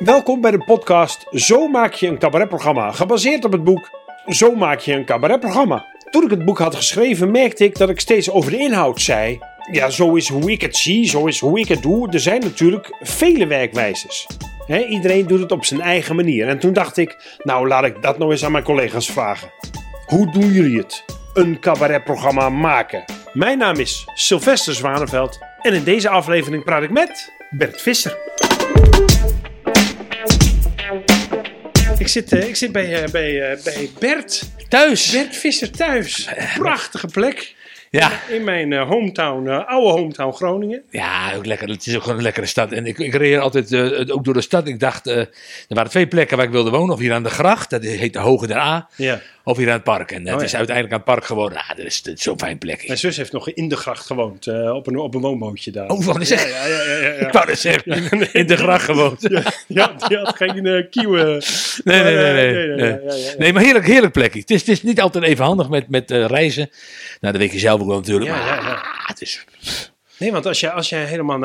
Welkom bij de podcast Zo maak je een cabaretprogramma, gebaseerd op het boek Zo maak je een cabaretprogramma. Toen ik het boek had geschreven merkte ik dat ik steeds over de inhoud zei. Ja, zo is hoe ik het zie, zo is hoe ik het doe. Er zijn natuurlijk vele werkwijzes. Iedereen doet het op zijn eigen manier. En toen dacht ik, nou laat ik dat nou eens aan mijn collega's vragen. Hoe doen jullie het? Een cabaretprogramma maken. Mijn naam is Sylvester Zwaneveld en in deze aflevering praat ik met Bert Visser. Ik zit bij Bert. Thuis. Bert Visser thuis. Prachtige plek. Ja. In mijn hometown, oude hometown Groningen. Ja, ook lekker. Het is ook gewoon een lekkere stad. En ik reed altijd ook door de stad. Ik dacht, er waren twee plekken waar ik wilde wonen. Of hier aan de gracht, dat heet de Hoge der A. Ja. Of hier aan het park. En het is uiteindelijk aan het park geworden. Dat is zo'n fijn plekje. Mijn zus heeft nog in de gracht gewoond. Op een woonbootje daar. Oh, wat is het? Ja. Ik wou het zeggen. In de gracht gewoond. Ja, die had geen kieuwen. Nee, maar heerlijk plekje. Het is niet altijd even handig met reizen. Nou, dat weet je zelf ook wel natuurlijk. Het is... Nee, want als je helemaal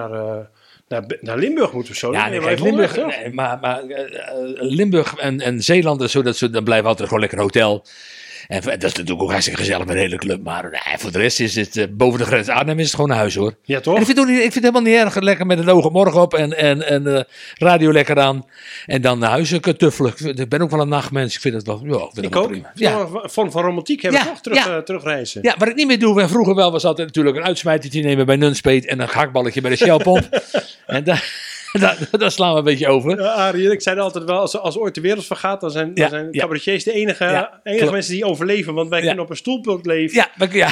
naar Limburg moet of zo. Ja, dan kijk, Limburg, maar Limburg en Zeeland, dan blijven altijd gewoon lekker een hotel. En dat is natuurlijk ook hartstikke gezellig met een hele club. Maar voor de rest is het boven de grens Arnhem is het gewoon naar huis hoor. Ja, toch? En ik vind het helemaal niet erg lekker met het oog morgen op en radio lekker aan. En dan naar huis tuffelen. Ik ben ook wel een nachtmens. Ik vind het wel, ik ook. prima. Ja. Een vorm van romantiek hebben we toch terugreizen. Ja, wat ik niet meer doe. Vroeger wel was altijd natuurlijk een uitsmijtertje nemen bij Nunspeet. En een gehaktballetje bij de Shellpomp. En daar slaan we een beetje over. Ja, Arie, ik zei altijd wel, als ooit de wereld vergaat, dan zijn cabaretiers de enige mensen die overleven. Want wij kunnen op een stoelpult leven. Ja.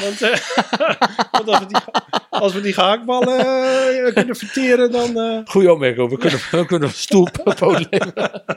Want als we die gehaktballen kunnen verteren, dan... Goeie opmerking, we kunnen op een stoelpult leven.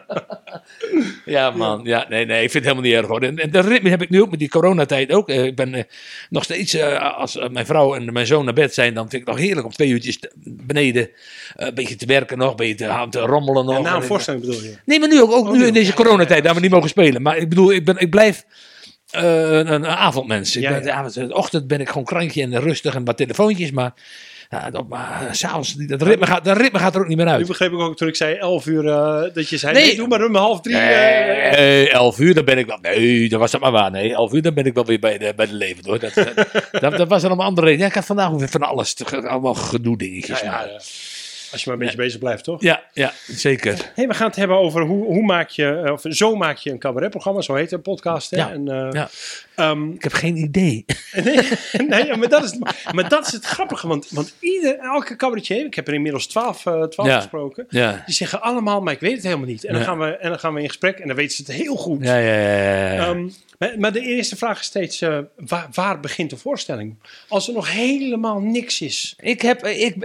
Ja, man. Ja, nee, ik vind het helemaal niet erg hoor. En dat ritme heb ik nu ook met die coronatijd ook. Ik ben nog steeds, als mijn vrouw en mijn zoon naar bed zijn, dan vind ik het nog heerlijk om 2 uurtjes beneden een beetje te werken nog, een beetje te rommelen nog. En na een voorstelling bedoel je? Nee, maar nu ook nu in deze coronatijd, daar we niet mogen spelen. Maar ik bedoel, ik blijf een avondmens. De ochtend ben ik gewoon krankje en rustig en wat telefoontjes, maar... Ja, maar s'avonds, dat ritme gaat er ook niet meer uit. Nu begreep ik ook toen ik zei 11 uur, dat je zei, nee doe maar om 2:30. Nee, 11 uur, dan ben ik wel... Nee, dat was dat maar waar. Nee, 11 uur, dan ben ik wel weer bij de leven, hoor. Dat was dan om andere reden. Ja, ik had vandaag weer van alles, allemaal gedoe dingetjes. Ja. Als je maar een beetje bezig blijft, toch? Ja, zeker. Hey, we gaan het hebben over hoe maak je, of zo maak je een cabaretprogramma. Zo heet de podcast. Hè? Ja. Ik heb geen idee. Nee, maar dat is het grappige. Want elke cabaretier, ik heb er inmiddels 12 gesproken. Ja. Die zeggen allemaal, maar ik weet het helemaal niet. En dan gaan we in gesprek en dan weten ze het heel goed. Ja. Maar de eerste vraag is steeds, waar begint de voorstelling? Als er nog helemaal niks is. Ik heb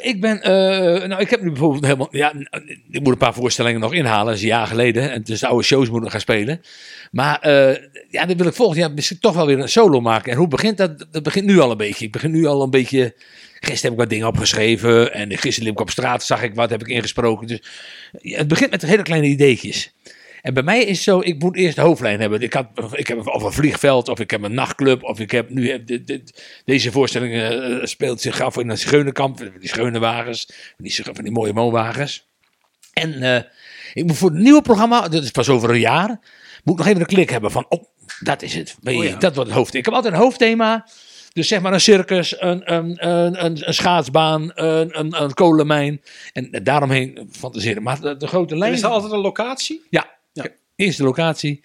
nu bijvoorbeeld helemaal... Ja, ik moet een paar voorstellingen nog inhalen. Dat is een jaar geleden. En dus de oude shows moeten gaan spelen. Maar dan wil ik volgend jaar misschien toch wel weer een solo maken. En hoe begint dat? Dat begint nu al een beetje. Ik begin nu al een beetje... Gisteren heb ik wat dingen opgeschreven. En gisteren liep ik op straat, zag ik wat, heb ik ingesproken. Dus het begint met hele kleine ideetjes. En bij mij is het zo, ik moet eerst de hoofdlijn hebben. Ik heb of een vliegveld, of ik heb een nachtclub, of ik heb nu... Deze voorstelling speelt zich af in een zigeunerkamp, die zigeunerwagens, van die mooie woonwagens. En ik moet voor het nieuwe programma, dat is pas over een jaar, moet ik nog even een klik hebben van, dat is het. Dat wordt het hoofdthema. Ik heb altijd een hoofdthema. Dus zeg maar een circus, een schaatsbaan, een kolenmijn. En daaromheen fantaseren. Maar de grote lijn... En is er altijd een locatie? Ja. Eerst de locatie.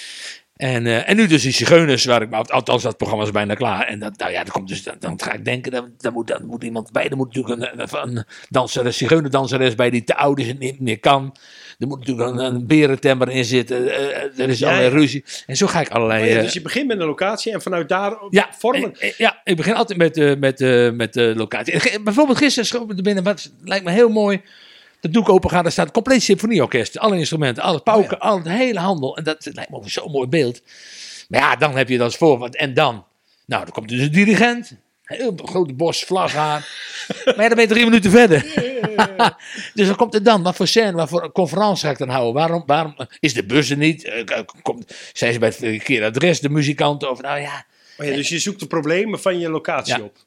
En nu dus die zigeuners, althans dat programma is bijna klaar. En dan ga ik denken, dan moet iemand bij. Er moet natuurlijk een danseres, zigeunerdanseres bij die te oud is en niet meer kan. Er moet natuurlijk een berentemmer in zitten. Er is allerlei ruzie. En zo ga ik allerlei... dus je begint met een locatie en vanuit daar vormen... Ik begin altijd met de locatie. Bijvoorbeeld gisteren schoot er binnen, wat lijkt me heel mooi... De doek open gaat, er staat een compleet symfonieorkest. Alle instrumenten, alle pauken, al het hele handel. En dat lijkt me ook zo'n mooi beeld. Maar ja, dan heb je dat als voorbeeld. En dan? Nou, dan komt dus een dirigent. Heel grote bos, vlashaar. Maar dan ben je 3 minuten verder. Dus dan komt er dan. Wat voor scène, wat voor conferentie ga ik dan houden? Waarom is de bus er niet? Zijn ze bij het verkeerde adres, de muzikanten? Of, nou ja. Dus je zoekt de problemen van je locatie op. Ja.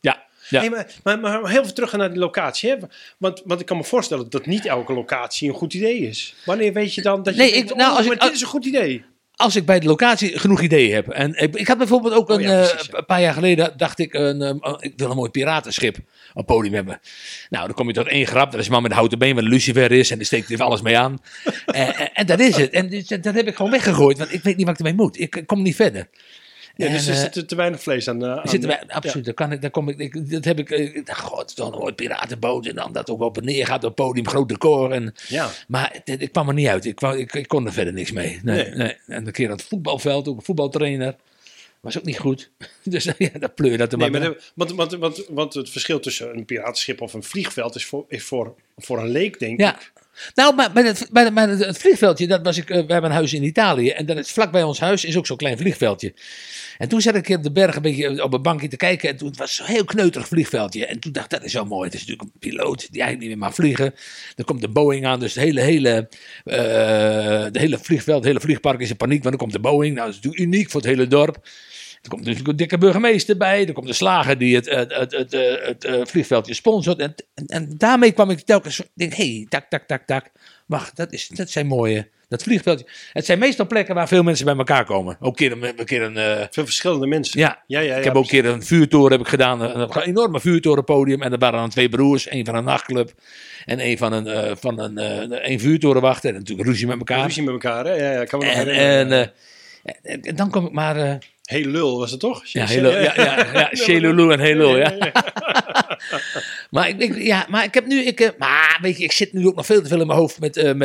Ja. Hey, maar heel veel terug naar die locatie. Hè? Want ik kan me voorstellen dat niet elke locatie een goed idee is. Wanneer weet je dan dat je denkt, dit is een goed idee? Als ik bij de locatie genoeg ideeën heb. En ik had bijvoorbeeld ook een paar jaar geleden, dacht ik, ik wil een mooi piratenschip op podium hebben. Nou, dan kom je tot één grap. Dat is een man met een houten been, waar een lucifer is. En die steekt er alles mee aan. En dat is het. En dus, dat heb ik gewoon weggegooid. Want ik weet niet wat ik ermee moet. Ik kom niet verder. Ja, dus er zit te weinig vlees aan. Absoluut, dat heb ik. God, het is toch een mooi piratenboot. En dan dat ook op en neer gaat op het podium, groot decor. Maar ik kwam er niet uit. Ik kon er verder niks mee. Nee. En een keer aan het voetbalveld, ook een voetbaltrainer. Was ook niet goed. Dus dat pleur dat er maar. Want het verschil tussen een piratenschip of een vliegveld is voor een leek, denk ik. Nou, maar bij het vliegveldje, we hebben een huis in Italië. En dat is vlak bij ons huis is ook zo'n klein vliegveldje. En toen zat ik een keer op de berg een beetje op een bankje te kijken. En toen was het zo'n heel kneuterig vliegveldje. En toen dacht ik, dat is wel mooi. Het is natuurlijk een piloot die eigenlijk niet meer mag vliegen. Dan komt de Boeing aan. Dus het hele vliegveld, het hele vliegpark is in paniek. Want dan komt de Boeing. Nou, dat is natuurlijk uniek voor het hele dorp. Er komt natuurlijk een dikke burgemeester bij. Er komt de slager die het vliegveldje sponsort. En daarmee kwam ik telkens. Denk, tak. Wacht, dat zijn mooie. Dat vliegveldje. Het zijn meestal plekken waar veel mensen bij elkaar komen. Ook een keer een veel verschillende mensen. Ja. Ik heb ook een keer een vuurtoren gedaan. Een enorme vuurtorenpodium. En er waren dan 2 broers. Een van een nachtclub. En een van een vuurtorenwachter. En natuurlijk ruzie met elkaar. Ruzie met elkaar, hè? Ja, ik kan me nog herinneren. En dan kom ik maar. Heel lul was het toch? Shelulu en heel lul, ja. Maar ik heb nu, weet je, ik zit nu ook nog veel te veel in mijn hoofd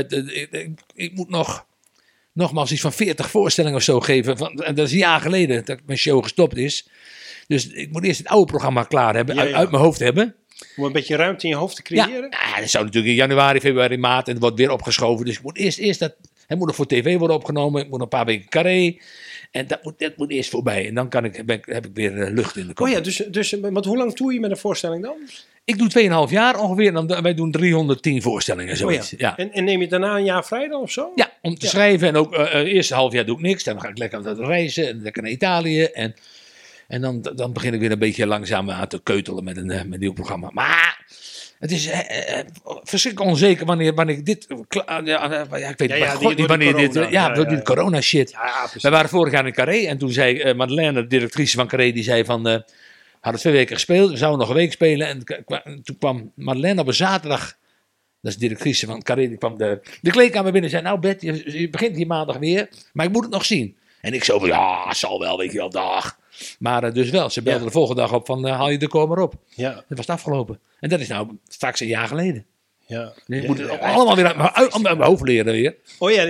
ik moet nogmaals iets van 40 voorstellingen of zo geven. En dat is een jaar geleden dat mijn show gestopt is. Dus ik moet eerst het oude programma klaar hebben, uit mijn hoofd hebben. Om een beetje ruimte in je hoofd te creëren? Ja, dat zou natuurlijk in januari, februari, maart en het wordt weer opgeschoven. Dus ik moet eerst dat, het moet nog voor tv worden opgenomen. Ik moet een paar weken carré. En dat moet eerst voorbij. En dan heb ik weer lucht in de kop. Oh ja, want hoe lang toer je met een voorstelling dan? Ik doe 2,5 jaar ongeveer. Wij doen 310 voorstellingen, zoiets. Oh ja. En neem je daarna een jaar vrij dan of zo? Ja, om te schrijven. En ook eerste half jaar doe ik niks. Dan ga ik lekker aan het reizen. En lekker naar Italië. En dan begin ik weer een beetje langzaam aan te keutelen met een nieuw programma. Maar het is verschrikkelijk onzeker wanneer dit. Ik weet niet wanneer dit. Door die corona shit. Ja, we waren vorig jaar in Carré. En toen zei Madeleine, de directrice van Carré, die zei van. We hadden 2 weken gespeeld. We zouden nog een week spelen. En toen kwam Madeleine op een zaterdag. Dat is de directrice van Carré. Die kwam de kleedkamer binnen en zei: Nou, Bert, je begint hier maandag weer. Maar ik moet het nog zien. En ik zo van: Ja, zal wel, weet je wel, dag. Maar dus wel, ze belden de volgende dag op van haal je decor maar op. Ja. Dat was het afgelopen. En dat is nou straks een jaar geleden. Ja. Dus ik moet het allemaal weer uit mijn hoofd leren weer. Oh ja,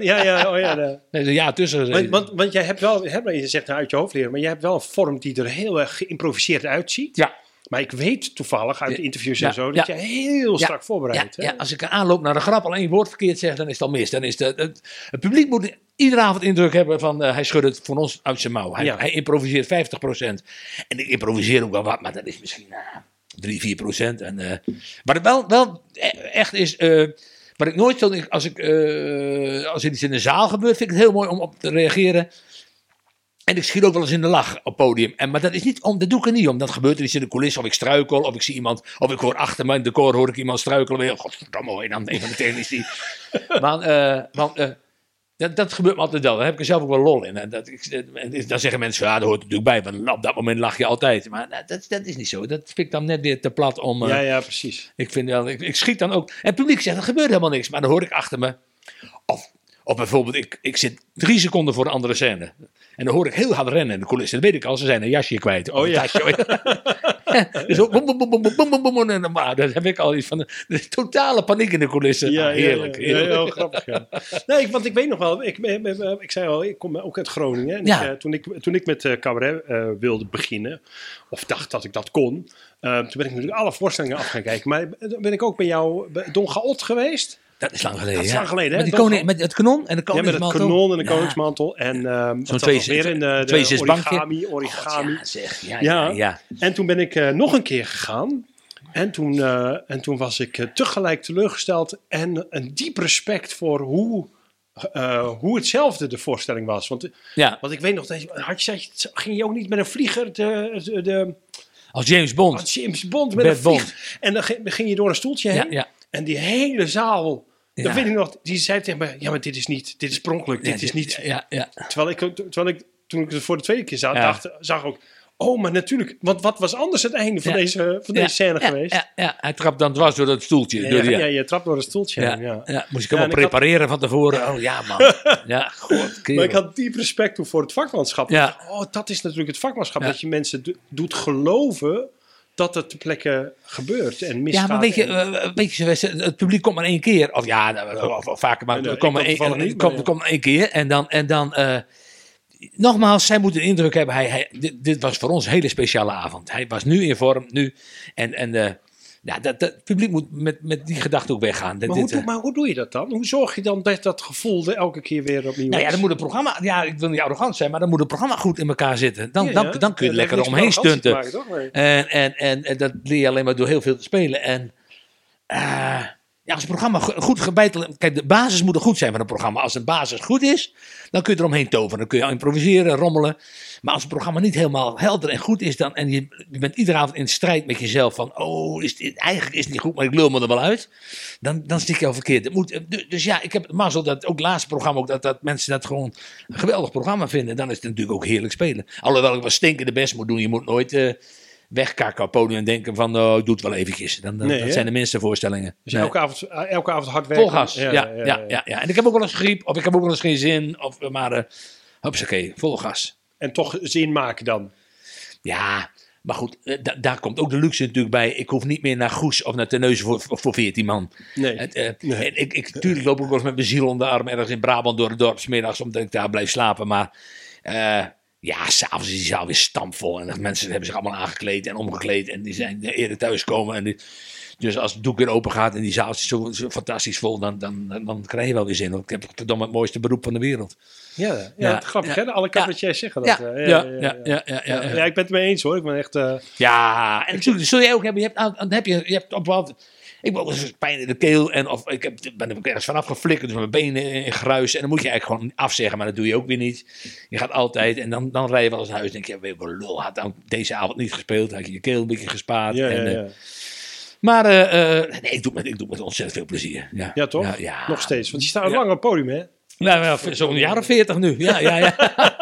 Nee, een jaar tussen. Want jij hebt wel, je zegt nou uit je hoofd leren, maar je hebt wel een vorm die er heel erg geïmproviseerd uitziet. Ja. Maar ik weet toevallig uit interviews en zo dat je heel strak voorbereidt. Ja, als ik aanloop naar de grap al 1 woord verkeerd zeg, dan is het al mis. Dan is het publiek moet iedere avond indruk hebben van hij schudt het voor ons uit zijn mouw. Hij improviseert 50%. En ik improviseer ook wel wat, maar dat is misschien 3-4%. En wat het wel echt is, wat ik nooit zo, als er iets in de zaal gebeurt, vind ik het heel mooi om op te reageren. En ik schiet ook wel eens in de lach op podium. Maar dat doe ik er niet om. Dat gebeurt er iets in de coulissen. Of ik struikel. Of ik zie iemand. Of ik hoor achter me in de decor hoor ik iemand struikelen. Godverdomme hoor je dan een van de technici. Dat gebeurt me altijd wel. Daar heb ik er zelf ook wel lol in. En dan zeggen mensen, dat hoort er natuurlijk bij. Want op dat moment lach je altijd. Maar dat is niet zo. Dat vind ik dan net weer te plat om... Ja, precies. Ik vind wel... Ik schiet dan ook... En het publiek zegt, er gebeurt helemaal niks. Maar dan hoor ik achter me... Of bijvoorbeeld, ik zit 3 seconden voor een andere scène. En dan hoor ik heel hard rennen in de coulissen. Dat weet ik al, ze zijn een jasje kwijt. Oh ja. Dus ook maar dat heb ik al iets van. De totale paniek in de coulissen. Ja, heerlijk. Ja, heel grappig. Ja. Nee, want ik weet nog wel, ik zei al, ik kom ook uit Groningen. En toen ik met cabaret wilde beginnen, of dacht dat ik dat kon, toen ben ik natuurlijk alle voorstellingen af gaan kijken. Maar ben ik ook bij jou, Don Chaot geweest? Dat is lang geleden. Dat is lang geleden, hè? Met het kanon en de koningsmantel. Ja, met het kanon en de koningsmantel. En zo'n 2-6 origami. Ja. En toen ben ik nog een keer gegaan. En toen was ik tegelijk teleurgesteld. En een diep respect voor hoe hetzelfde de voorstelling was. Want ik weet nog, ging je ook niet met een vlieger Als James Bond. Als James Bond met Bad een vlieg. Bond. En dan ging je door een stoeltje heen. Ja. En die hele zaal... Ja. Dan weet ik nog, die zei tegen mij... Ja, maar dit is per ongeluk. Dit is niet... Ja. Terwijl ik, toen ik er voor de tweede keer zag, Ja. zag ook... Oh, maar natuurlijk. Want wat was anders het einde van deze scène geweest? Ja, hij trapt dan dwars door dat stoeltje. Ja, je trapt door het stoeltje heen. Ja. Moest ik helemaal prepareren van tevoren. Oh ja, man. Ja, god. Maar ik had diep respect voor het vakmanschap. Ja. Oh, dat is natuurlijk het vakmanschap. Dat je mensen doet geloven dat het ter plekke gebeurt en misgaat. Ja, maar weet je, het publiek komt maar één keer. Of of vaker, maar het komt maar één keer. En dan nogmaals, zij moeten de indruk hebben. Dit was voor ons een hele speciale avond. Hij was nu in vorm, nu. Het publiek moet met die gedachte ook weggaan. Maar hoe doe je dat dan? Hoe zorg je dan dat gevoel er elke keer weer opnieuw is? Dan moet het programma... Ja, ik wil niet arrogant zijn, maar dan moet het programma goed in elkaar zitten. Dan kun je lekker omheen stunten. En dat leer je alleen maar door heel veel te spelen. En als het programma goed gebeiteld... Kijk, de basis moet er goed zijn van een programma. Als de basis goed is, dan kun je eromheen toveren. Dan kun je improviseren, rommelen. Maar als het programma niet helemaal helder en goed is... en je bent iedere avond in strijd met jezelf van... eigenlijk is het niet goed, maar ik lul me er wel uit. Dan stik je al verkeerd. Dus ja, ik heb het mazzel dat ook het laatste programma... dat mensen dat gewoon een geweldig programma vinden. Dan is het natuurlijk ook heerlijk spelen. Alhoewel ik wat stinkende best moet doen. Je moet nooit... wegkakken op het podium en denken van, doe het wel eventjes. Dat zijn de minste voorstellingen. Dus elke avond hard werken. Vol gas, ja. En ik heb ook wel eens griep, of ik heb ook wel eens geen zin, maar hupsakee, vol gas. En toch zin maken dan? Ja, maar goed, daar komt ook de luxe natuurlijk bij. Ik hoef niet meer naar Goes of naar Terneuzen voor 14 man. Nee. Tuurlijk loop ik ook wel eens met mijn ziel onder de arm ergens in Brabant door het dorp 's middags, omdat ik daar blijf slapen, maar... Ja, s'avonds is die zaal weer stampvol. En de mensen hebben zich allemaal aangekleed en omgekleed. En die zijn eerder thuiskomen. Dus als het doek weer open gaat en die zaal is zo fantastisch vol, dan krijg je wel weer zin. Ik heb verdomme het mooiste beroep van de wereld. Ja, grappig hè? Alle cabaretiers zeggen dat. Ja, ik ben het mee eens hoor. Ik ben echt... Ja, en natuurlijk, zul jij ook hebben. Je hebt op wat... Ik heb ook eens pijn in de keel ik ben er ergens vanaf geflikkerd, dus mijn benen in gruis. En dan moet je eigenlijk gewoon afzeggen, maar dat doe je ook weer niet. Je gaat altijd en dan rij je wel eens naar huis en denk je, weet je wel, lul, had dan deze avond niet gespeeld, had je je keel een beetje gespaard. Maar nee, ik doe het met ontzettend veel plezier. Ja, toch? Ja. Nog steeds, want je staat lang op het podium hè? Nou, zo'n jaar of 40 nu. Ja.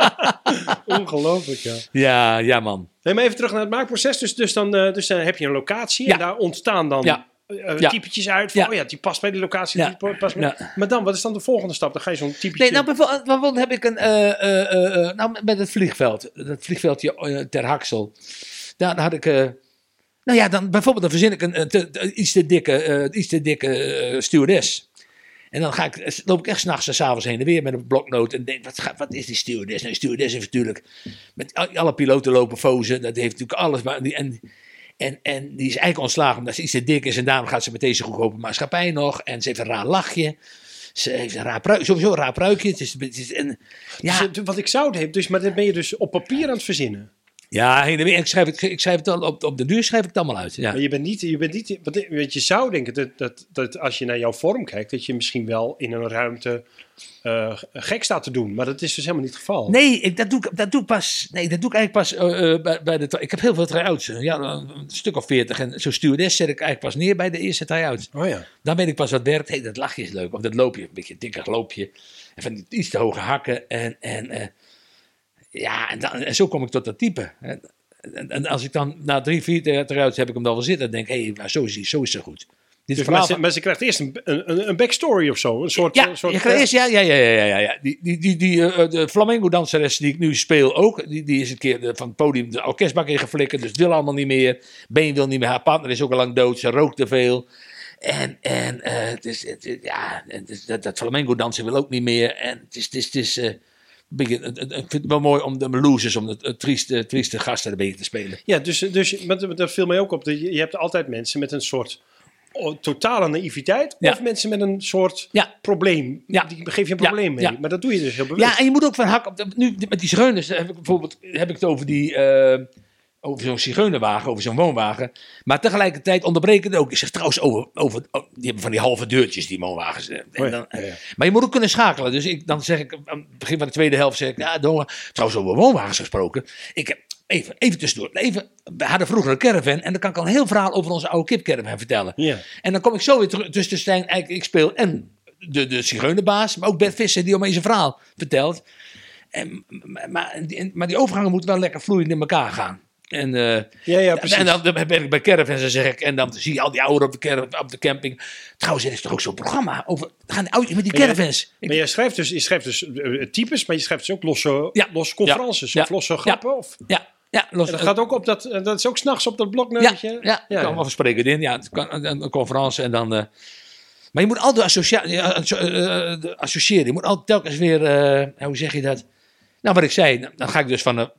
Ongelooflijk, ja. Ja, man. Nee, maar even terug naar het maakproces. Dus dan heb je een locatie en daar ontstaan dan... typetjes uit van, die past bij die locatie. Maar dan, wat is dan de volgende stap? Dan ga je zo'n typetje... Nee, bijvoorbeeld heb ik met het vliegveld. Dat vliegveldje ter Haksel. Daar had ik... dan verzin ik een iets te dikke stewardess. En dan loop ik echt 's nachts en 's avonds heen en weer met een bloknoot. En denk, wat is die stewardess? Nou, die stewardess heeft natuurlijk... Met alle piloten lopen fozen. Dat heeft natuurlijk alles... En die is eigenlijk ontslagen omdat ze iets te dik is. En daarom gaat ze met deze goedkope maatschappij nog. En ze heeft een raar lachje. Ze heeft een raar pruikje. Sowieso een raar pruikje. Dus, wat ik zou hebben. Maar dan ben je dus op papier aan het verzinnen. Ja, ik schrijf het al, op de duur schrijf ik het allemaal uit. Ja. Maar je bent niet want je zou denken dat als je naar jouw vorm kijkt, dat je misschien wel in een ruimte gek staat te doen. Maar dat is dus helemaal niet het geval. Nee, dat doe ik eigenlijk pas bij de... Ik heb heel veel try-outs. Ja, een stuk of 40. En zo'n stewardess zet ik eigenlijk pas neer bij de eerste try-outs. Oh ja. Dan weet ik pas wat werkt. Hey, dat lachje is leuk. Of dat loopje, een beetje dikker loopje. En van die iets te hoge hakken. En zo kom ik tot dat type. En als ik dan na 3, 4 try-outs heb ik hem dan wel zitten. Dan denk ik, zo is ze goed. Maar ze krijgt eerst een backstory of zo. Een soort, ja. De flamenco-danseres die ik nu speel ook. Die is een keer van het podium de orkestbak ingeflikkerd. Dus wil allemaal niet meer. Been wil niet meer. Haar partner is ook al lang dood. Ze rookt te veel. Dat flamenco-dansen wil ook niet meer. En het is ik vind het wel mooi om de losers, om het trieste gasten een beetje te spelen. Ja, dus dat viel mij ook op. Je hebt altijd mensen met een soort totale naïviteit. Ja. Of mensen met een soort probleem. Ja. Die geef je een probleem mee. Ja. Maar dat doe je dus heel bewust. Ja, en je moet ook van hak op. Nu met die zigeuners heb ik het over die... over zo'n zigeunerwagen, over zo'n woonwagen. Maar tegelijkertijd onderbreken het ook. Ik zeg trouwens over die hebben van die halve deurtjes, die woonwagens. Maar je moet ook kunnen schakelen. Dus dan zeg ik, aan het begin van de tweede helft zeg ik, trouwens over woonwagens gesproken. even tussendoor. We hadden vroeger een caravan en dan kan ik al een heel verhaal over onze oude kipcaravan vertellen. Ja. En dan kom ik zo weer terug tussen Stijn. Eigenlijk, ik speel en de zigeunerbaas, maar ook Bert Visser die opeens een verhaal vertelt. Maar die overgangen moeten wel lekker vloeiend in elkaar gaan. En, precies. En dan ben ik bij caravans en zeg ik, en dan zie je al die ouderen op de camping. Trouwens, er is toch ook zo'n programma over gaan de oudjes met die caravans. Maar je schrijft dus types, maar je schrijft dus ook losse conferences of losse grappen. Of? Ja, En dat gaat ook op dat is ook 's nachts op dat bloknummertje. Ja, ik kan wel verspreken in. Ja, het kan een conferentie en dan. Maar je moet altijd associëren. Je moet altijd telkens weer, hoe zeg je dat? Nou, wat ik zei, dan ga ik dus van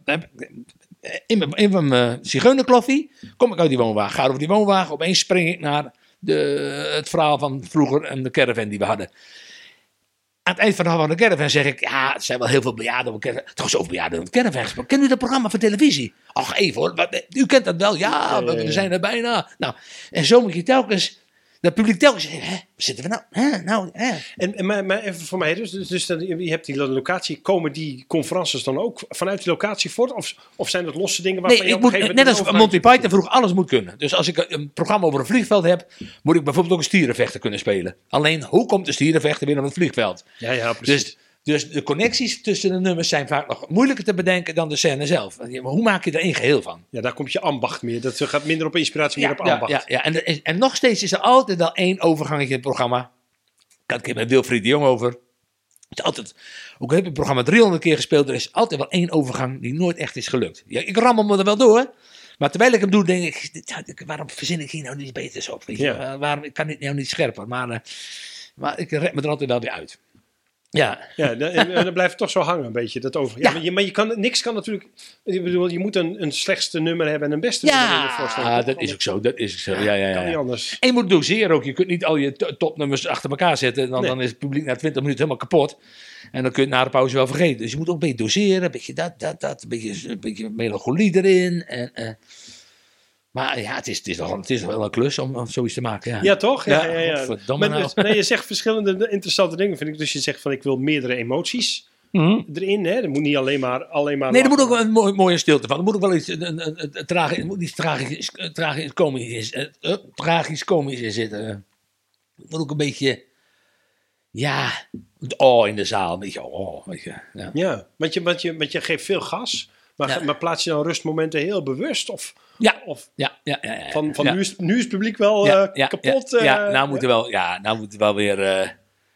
in mijn zigeunerkloffie, kom ik uit die woonwagen, ga over die woonwagen, opeens spring ik naar het verhaal van vroeger en de caravan die we hadden. Aan het eind van de caravan zeg ik, ja, er zijn wel heel veel bejaarden op caravan. Toch zoveel bejaarden op de caravan gesproken. Kent u dat programma van televisie? Ach, even hoor, u kent dat wel? Ja, we zijn er bijna. Nou, en zo moet je telkens... Dat publiek telkens zegt, waar zitten we nou? Maar even voor mij, dus dan, je hebt die locatie, komen die conferences dan ook vanuit die locatie voort? Of zijn dat losse dingen waarvan je op een gegeven moment... Net als Monty Python vroeg, alles moet kunnen. Dus als ik een programma over een vliegveld heb, moet ik bijvoorbeeld ook een stierenvechter kunnen spelen. Alleen, hoe komt de stierenvechter weer op het vliegveld? Ja, precies. Dus de connecties tussen de nummers zijn vaak nog moeilijker te bedenken dan de scène zelf. Maar hoe maak je er één geheel van? Ja, daar komt je ambacht meer. Dat gaat minder op inspiratie, meer op ambacht. Ja. En nog steeds is er altijd wel één overgangetje in het programma. Ik had een keer met Wilfried de Jong over. Het is altijd, ook heb ik het programma 300 keer gespeeld. Er is altijd wel één overgang die nooit echt is gelukt. Ja, ik rammel me er wel door. Maar terwijl ik hem doe, denk ik, waarom verzin ik hier nou niet beters op? Weet je? Waarom kan dit nou niet scherper? Maar ik red me er altijd wel weer uit. Ja, en dan blijft het toch zo hangen een beetje. Dat over. Ja. Maar niks kan natuurlijk... Ik bedoel, je moet een slechtste nummer hebben en een beste nummer in je voorstelling. Ja, dat is ook zo. Ja. Kan niet anders. En je moet doseren ook. Je kunt niet al je topnummers achter elkaar zetten. Dan is het publiek na 20 minuten helemaal kapot. En dan kun je het na de pauze wel vergeten. Dus je moet ook een beetje doseren. Een beetje dat. Een beetje melancholie erin. Maar ja, het is wel een klus om zoiets te maken. Ja, toch? Ja. Verdomme nou. Maar je zegt verschillende interessante dingen, vind ik. Dus je zegt van, ik wil meerdere emoties erin. Hè? Er moet niet alleen maar nee, er moet ook een mooie stilte van. Er moet ook wel iets tragisch-komisch in zitten. Er moet ook een beetje... Ja, in de zaal. Een beetje weet je. Ja, want je geeft veel gas. Maar plaats je nou rustmomenten heel bewust? Ja. Van nu is het publiek wel kapot. Nou moet er wel weer...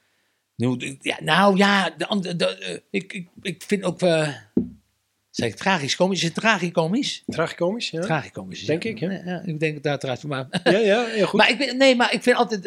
ik vind ook... zeg ik tragisch-komisch? Is het tragicomisch? Tragicomisch, ja. Tragicomisch, denk ik, ja. Ja. Ik denk dat daar maar... Ja, heel goed. Maar ik vind altijd...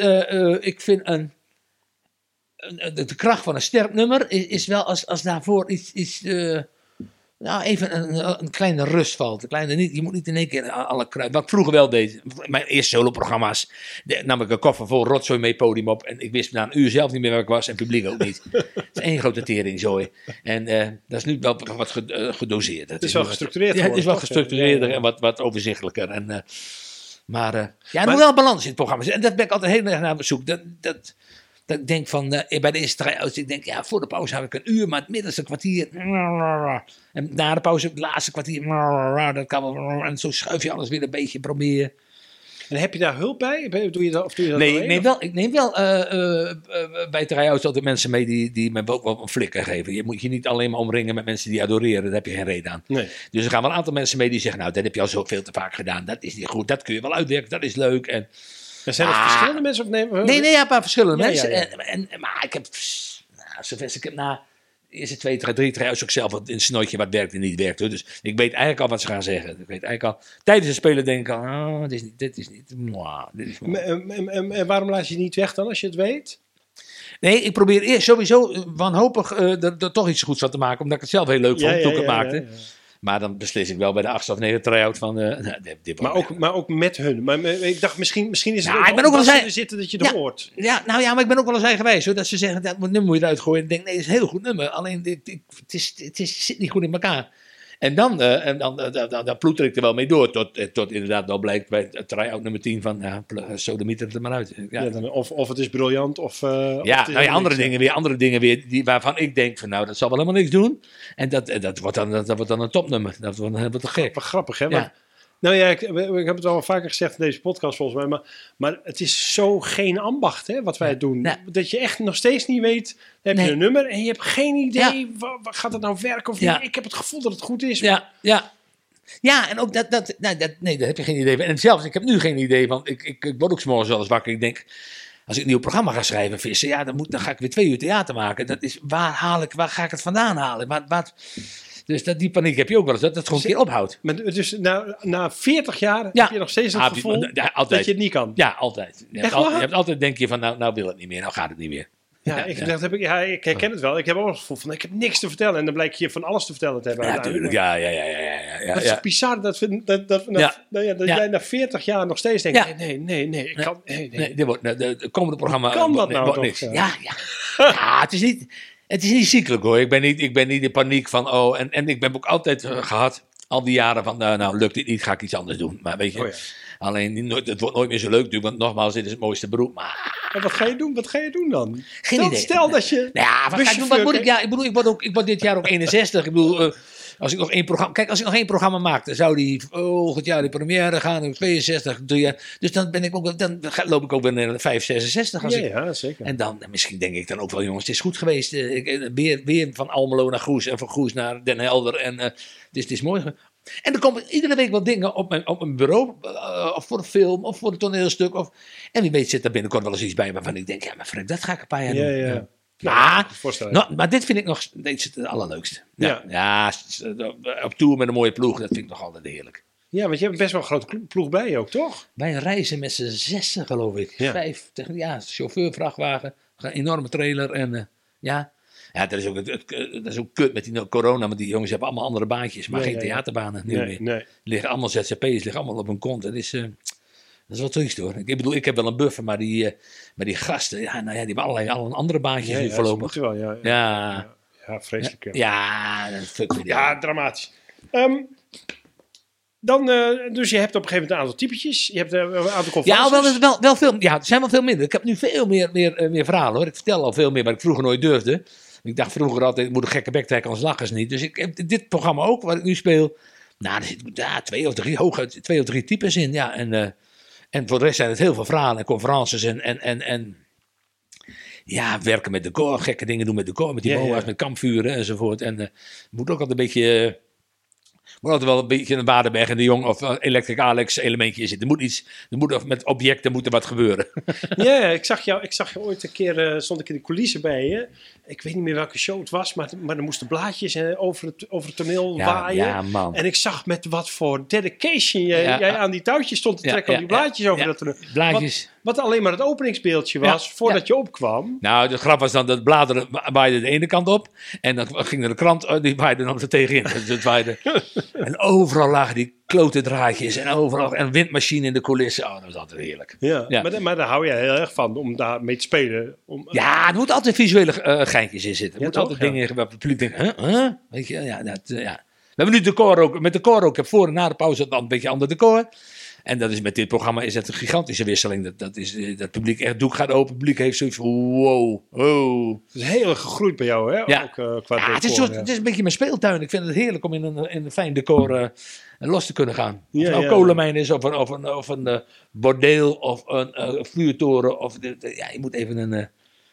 de kracht van een sterk nummer is wel als daarvoor iets even een kleine rust valt. Je moet niet in één keer alle kruid. Wat ik vroeger wel deed. Mijn eerste soloprogramma's. Nam ik een koffer vol rotzooi mee podium op. En ik wist na een uur zelf niet meer waar ik was. En het publiek ook niet. Het is één grote teringzooi. En dat is nu wel wat gedoseerd. Het is wel gestructureerd. Ja, het is wel gestructureerder en wat overzichtelijker. Maar er moet wel balans in het programma. En dat ben ik altijd heel erg naar op zoek. Dat ik denk van, bij de eerste try-outs, ik denk, voor de pauze heb ik een uur, maar het middenste kwartier. En na de pauze, het laatste kwartier. Dat kan wel. En zo schuif je alles weer een beetje proberen. En heb je daar hulp bij? Doe je dat nee, ik neem wel bij try-outs altijd mensen mee die me ook wel een flikker geven. Je moet je niet alleen maar omringen met mensen die adoreren. Daar heb je geen reden aan. Nee. Dus er gaan wel een aantal mensen mee die zeggen, nou, dat heb je al zo veel te vaak gedaan. Dat is niet goed, dat kun je wel uitwerken, dat is leuk. En zijn er verschillende mensen? Of nee, een paar verschillende mensen. Ja. Maar ik heb, zover ik heb na de eerste 2-3 try-outs ook zelf een snootje wat werkt en niet werkt. Hoor. Dus ik weet eigenlijk al wat ze gaan zeggen. Ik weet eigenlijk al, tijdens het spelen denk ik al, dit is niet. En waarom laat je het niet weg dan als je het weet? Nee, ik probeer eerst sowieso wanhopig er toch iets goeds van te maken. Omdat ik het zelf heel leuk vond toen ik het maakte. Ja. Maar dan beslis ik wel bij de 8e of 9e try-out van... maar ook met hun. Maar ik dacht, misschien is het ik ben ook wel eens zitten dat je het hoort. Ja, maar ik ben ook wel eens eigenwijs. Hoor, dat ze zeggen, dat nummer moet je eruit gooien. En ik denk, nee, het is een heel goed nummer. Alleen, het zit niet goed in elkaar. En dan ploeter ik er wel mee door. Tot inderdaad wel blijkt bij het try-out nummer 10 van... sodemieter het er maar uit. Ja. Ja, of het is briljant, of... andere dingen weer waarvan ik denk van... Nou, dat zal wel helemaal niks doen. En dat wordt dan een topnummer. Dat wordt dan helemaal te gek. Wat grappig, hè? Ja. Want, nou ja, ik heb het al vaker gezegd in deze podcast volgens mij. Maar het is zo geen ambacht, hè, wat wij doen. Ja. Dat je echt nog steeds niet weet... Dan heb je een nummer en je hebt geen idee... Gaat het nou werken of niet? Ja. Ik heb het gevoel dat het goed is. Ja, en ook daar heb je geen idee van. En zelfs, ik heb nu geen idee, want ik word ook 's morgens wel eens wakker. Ik denk, als ik een nieuw programma ga schrijven, vissen, dan ga ik weer 2 uur theater maken. Dat is, waar ga ik het vandaan halen? Dus die paniek heb je ook wel eens, dat het gewoon een keer ophoudt. Maar dus na 40 jaar heb je nog steeds het gevoel dat je het niet kan. Ja, altijd. Je hebt altijd denk je van, nou wil het niet meer, nou gaat het niet meer. Ik herken het wel. Ik heb ook het gevoel van, ik heb niks te vertellen. En dan blijkt je van alles te vertellen te hebben. Ja, natuurlijk. Ja. Het is bizar dat jij na 40 jaar nog steeds denkt, nee, ik kan... De komende programma kan dat nou wordt toch? niks. Ja, het is niet ziekelijk hoor. Ik ben niet in paniek van, en ik ben ook altijd gehad, al die jaren van, nou lukt dit niet, ga ik iets anders doen. Maar weet je... Alleen, het wordt nooit meer zo leuk natuurlijk, want nogmaals, dit is het mooiste beroep. Maar wat ga je doen? Wat ga je doen dan? Geen idee. Stel dat je... wat ga ik doen? Wat moet ik? Ja, ik word dit jaar ook 61. Ik bedoel, als ik nog één programma maak, dan zou die volgend jaar de première gaan in 62. Dus dan loop ik ook weer naar 66. Ja, zeker. En dan, misschien denk ik dan ook wel, jongens, het is goed geweest. Weer van Almelo naar Goes en van Goes naar Den Helder. En het is mooi. En er komen iedere week wel dingen op mijn bureau, of voor een film, of voor een toneelstuk. En wie weet zit er binnenkort wel eens iets bij waarvan ik denk, maar Frank, dat ga ik een paar jaar doen. Ja. Maar dit vind ik nog steeds het allerleukste. Ja, op tour met een mooie ploeg, dat vind ik nog altijd heerlijk. Ja, want je hebt best wel een grote ploeg bij je ook, toch? Wij reizen met z'n 6, geloof ik. 5, chauffeur, vrachtwagen, een enorme trailer en Ja, dat is ook kut met die corona, want die jongens hebben allemaal andere baantjes, maar geen theaterbanen meer. Nee. Liggen allemaal ZZP's, liggen allemaal op hun kont. Dat is wel triest hoor. Ik bedoel, ik heb wel een buffer, maar die gasten, die hebben allerlei andere baantjes nu voorlopig. Ja, vreselijk. Ja, dramatisch. Dus je hebt op een gegeven moment een aantal typetjes. Je hebt een aantal conferenties. Ja, wel veel. Ja, het zijn wel veel minder. Ik heb nu veel meer verhalen hoor. Ik vertel al veel meer, wat ik vroeger nooit durfde. Ik dacht vroeger altijd, ik moet een gekke bek trekken, anders lachen ze niet. Dus ik heb dit programma ook, wat ik nu speel. Nou, er zitten 2 of 3 types in. Ja, en voor de rest zijn het heel veel verhalen en conferences en werken met decor, gekke dingen doen met decor, met die boa's, met kampvuren enzovoort. En moet ook altijd een beetje... moet altijd wel een beetje een Waardenberg en de Jong of Electric Alex elementje zitten. Met objecten moet er wat gebeuren. Ja, ik zag jou ooit een keer, stond ik in de coulissen bij je. Ik weet niet meer welke show het was, maar er moesten blaadjes over het toneel waaien. Ja, man. En ik zag met wat voor dedication jij aan die touwtjes stond te trekken om die blaadjes over dat toneel. Blaadjes. Wat alleen maar het openingsbeeltje was voordat je opkwam. Nou, de grap was dan dat bladeren waaiden de ene kant op. En dan ging er de krant, die waaide dan er tegenin. Dus het waaide. En overal lagen die klote draadjes en overal een windmachine in de coulissen. Oh, dat was altijd heerlijk. Ja. Maar daar hou jij heel erg van, om daar mee te spelen. Ja, er moeten altijd visuele geintjes in zitten. Er moeten altijd dingen in waar het publiek denkt, weet je, We hebben nu decor ook, met decor ook. Ik heb voor en na de pauze dan een beetje ander decor. En dat is met dit programma is het een gigantische wisseling. Dat publiek echt doek gaat open. Het publiek heeft zoiets van wow. Het is heel erg gegroeid bij jou, hè? Ja, ook, qua decor, het is een beetje mijn speeltuin. Ik vind het heerlijk om in een fijn decor los te kunnen gaan. Of het nou kolenmijn is, of een bordeel, of een vuurtoren. Je moet even een...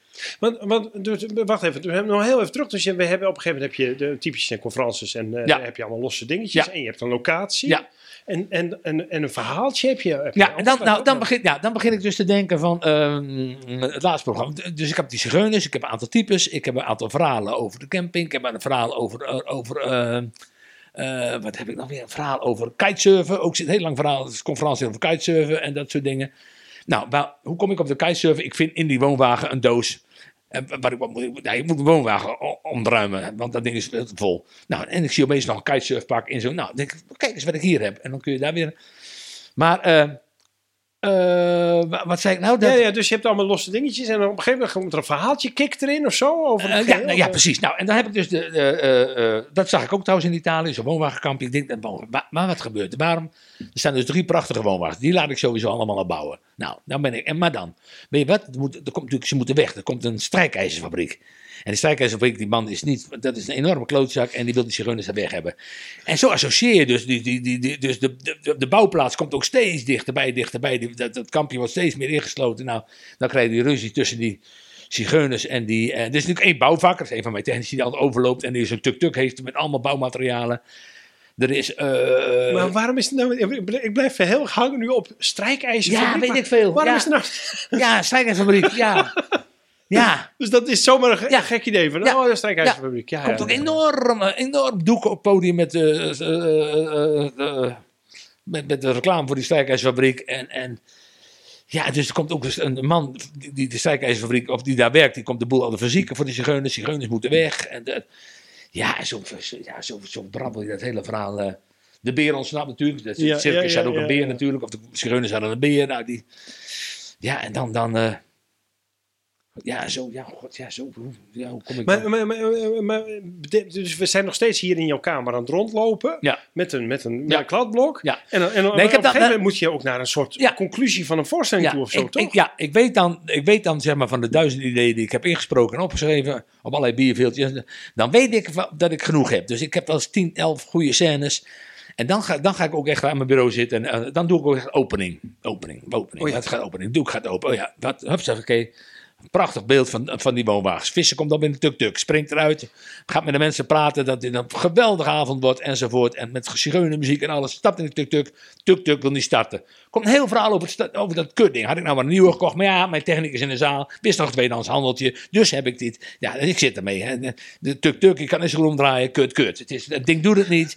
Wacht even, we hebben nog heel even terug. Dus we hebben op een gegeven moment heb je de typische en conferences en daar heb je allemaal losse dingetjes. En je hebt een locatie. Ja. En een verhaaltje heb je. Dan begin ik dus te denken van het laatste programma. Dus ik heb die zigeuners, ik heb een aantal types, ik heb een aantal verhalen over de camping, ik heb een verhaal over wat heb ik nog weer? Een verhaal over kitesurfen. Ook zit een heel lang verhaal, het is een conferentie over kitesurfen en dat soort dingen. Nou, hoe kom ik op de kitesurfen? Ik vind in die woonwagen een doos. Ik moet de woonwagen omruimen, want dat ding is vol. Nou, en ik zie opeens nog een kitesurfpak in zo. Nou, denk ik, kijk eens wat ik hier heb. En dan kun je daar weer... Maar Wat zei ik nou? Dat, Ja, dus je hebt allemaal losse dingetjes en op een gegeven moment komt er een verhaaltje, kick erin of zo? Over het ja, geheel, nou, ja, precies. Nou, en dan heb ik dus dat zag ik ook trouwens in Italië, zo'n woonwagenkampje. Ik denk, maar wat gebeurt er? Waarom? Er staan dus 3 prachtige woonwagens. Die laat ik sowieso allemaal opbouwen. Nou, dan ben ik. Maar dan, weet je wat? Er komt natuurlijk, ze moeten weg. Er komt een strijkijzerfabriek. En die strijkijzerfabriek, die man is niet, dat is een enorme klootzak en die wil die zigeuners daar weg hebben. En zo associeer je dus, dus de bouwplaats komt ook steeds dichterbij. Dat kampje wordt steeds meer ingesloten. Nou, dan krijg je die ruzie tussen die zigeuners en die... er is natuurlijk 1 bouwvakker, dat is een van mijn technici die altijd overloopt en die zo'n tuk-tuk heeft met allemaal bouwmaterialen. Er is... maar waarom is het nou... Ik blijf heel erg hangen nu op strijkijzerfabriek. Ja, weet ik veel. Waarom is het nou... Ja, strijkijzerfabriek, ja. Ja. Dus dat is zomaar een gek idee van, de strijkijzerfabriek. Ja, komt ook enorm doek op het podium met de reclame voor die strijkijzerfabriek. En ja, dus er komt ook een man die de strijkijzerfabriek, of die daar werkt, die komt de boel al de verzieken voor de zigeuners. Zigeuners moeten weg. En zo brabbel je dat hele verhaal. De beer ontsnapt natuurlijk. Het circus had ook een beer natuurlijk. Of de zigeuners hadden een beer. Nou, en dan hoe kom ik maar, dus we zijn nog steeds hier in jouw kamer aan het rondlopen. Ja. Met een kladblok. Ja. En op een gegeven moment moet je ook naar een soort conclusie van een voorstelling toe of zo, toch? Ik weet dan zeg maar van de 1000 ideeën die ik heb ingesproken en opgeschreven op allerlei bierveeltjes. Dan weet ik dat ik genoeg heb. Dus ik heb wel eens 10, 11 goede scènes. En dan ga ik ook echt aan mijn bureau zitten. En dan doe ik ook echt opening. Wat gaat opening? Doe ik gaat open. Oh ja, oké. Prachtig beeld van die woonwagens. Visser komt dan in de tuk-tuk, springt eruit, gaat met de mensen praten dat dit een geweldige avond wordt enzovoort. En met zigeunermuziek en alles, stapt in de tuk-tuk. Tuk-tuk wil niet starten. Komt een heel verhaal over dat kutding. Had ik nou maar een nieuwe gekocht, maar ja, mijn techniek is in de zaal. Wist nog een tweedehands handeltje, dus heb ik dit. Ja, ik zit ermee. Hè. De tuk-tuk, ik kan niet zo goed omdraaien, kut. Het ding doet het niet.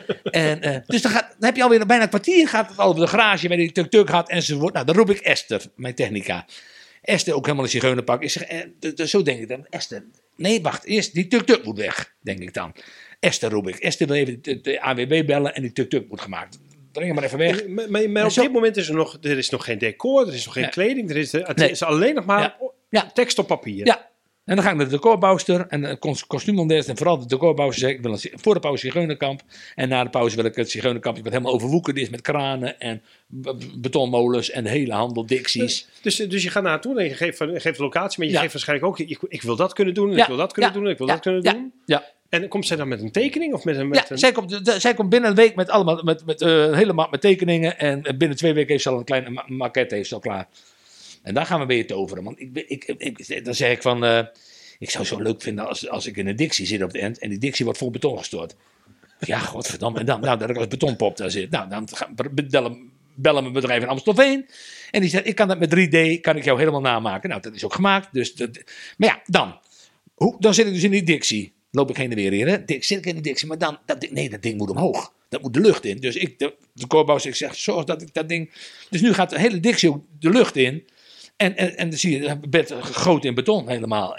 Dus dan heb je alweer bijna een kwartier gaat het al over de garage waar die tuk-tuk gaat enzovoort. Nou, dan roep ik Esther, mijn technica. Esther ook helemaal een zigeunerpak. Ik zeg, zo denk ik dan. Esther, nee, wacht, eerst die tuk-tuk moet weg, denk ik dan. Esther roep ik. Esther wil even de AWB bellen en die tuk-tuk moet gemaakt. Breng hem maar even weg. Maar op dit moment is er is nog geen decor, er is nog geen kleding. Het is alleen nog maar tekst op papier. Ja. En dan ga ik naar de decorbouwster en de kostuumondes en vooral de decorbouwster zeggen, ik wil voor de pauze zigeunerkamp en na de pauze wil ik het zigeunerkampje wat helemaal overwoekerd is met kranen en betonmolens en de hele handel Dixies. Dus je gaat naartoe en je geeft de locatie, maar je geeft waarschijnlijk ook, ik wil dat kunnen doen, ik wil dat kunnen doen, ik wil dat kunnen doen. Ja. En komt zij dan met een tekening? Of met een... Zij komt binnen een week met allemaal met een hele map met tekeningen en binnen 2 weken heeft ze al een kleine maquette heeft ze al klaar. En daar gaan we weer toveren. Want dan zeg ik van... ik zou het zo leuk vinden als ik in een Dixie zit op de end... en die Dixie wordt vol beton gestort. Ja, godverdamme. En dan dat ik als betonpop daar zit. Nou, dan bellen mijn bedrijf in Amstelveen. En die zegt, ik kan dat met 3D, kan ik jou helemaal namaken. Nou, dat is ook gemaakt. Maar ja, dan zit ik dus in die Dixie. Loop ik heen en weer in. Hè? Zit ik in die Dixie, maar dan... dat ding moet omhoog. Dat moet de lucht in. Dus de koorbouwer zegt, zorg dat ik dat ding... Dus nu gaat de hele Dixie ook de lucht in... En dan zie je het bed gegoten in beton helemaal.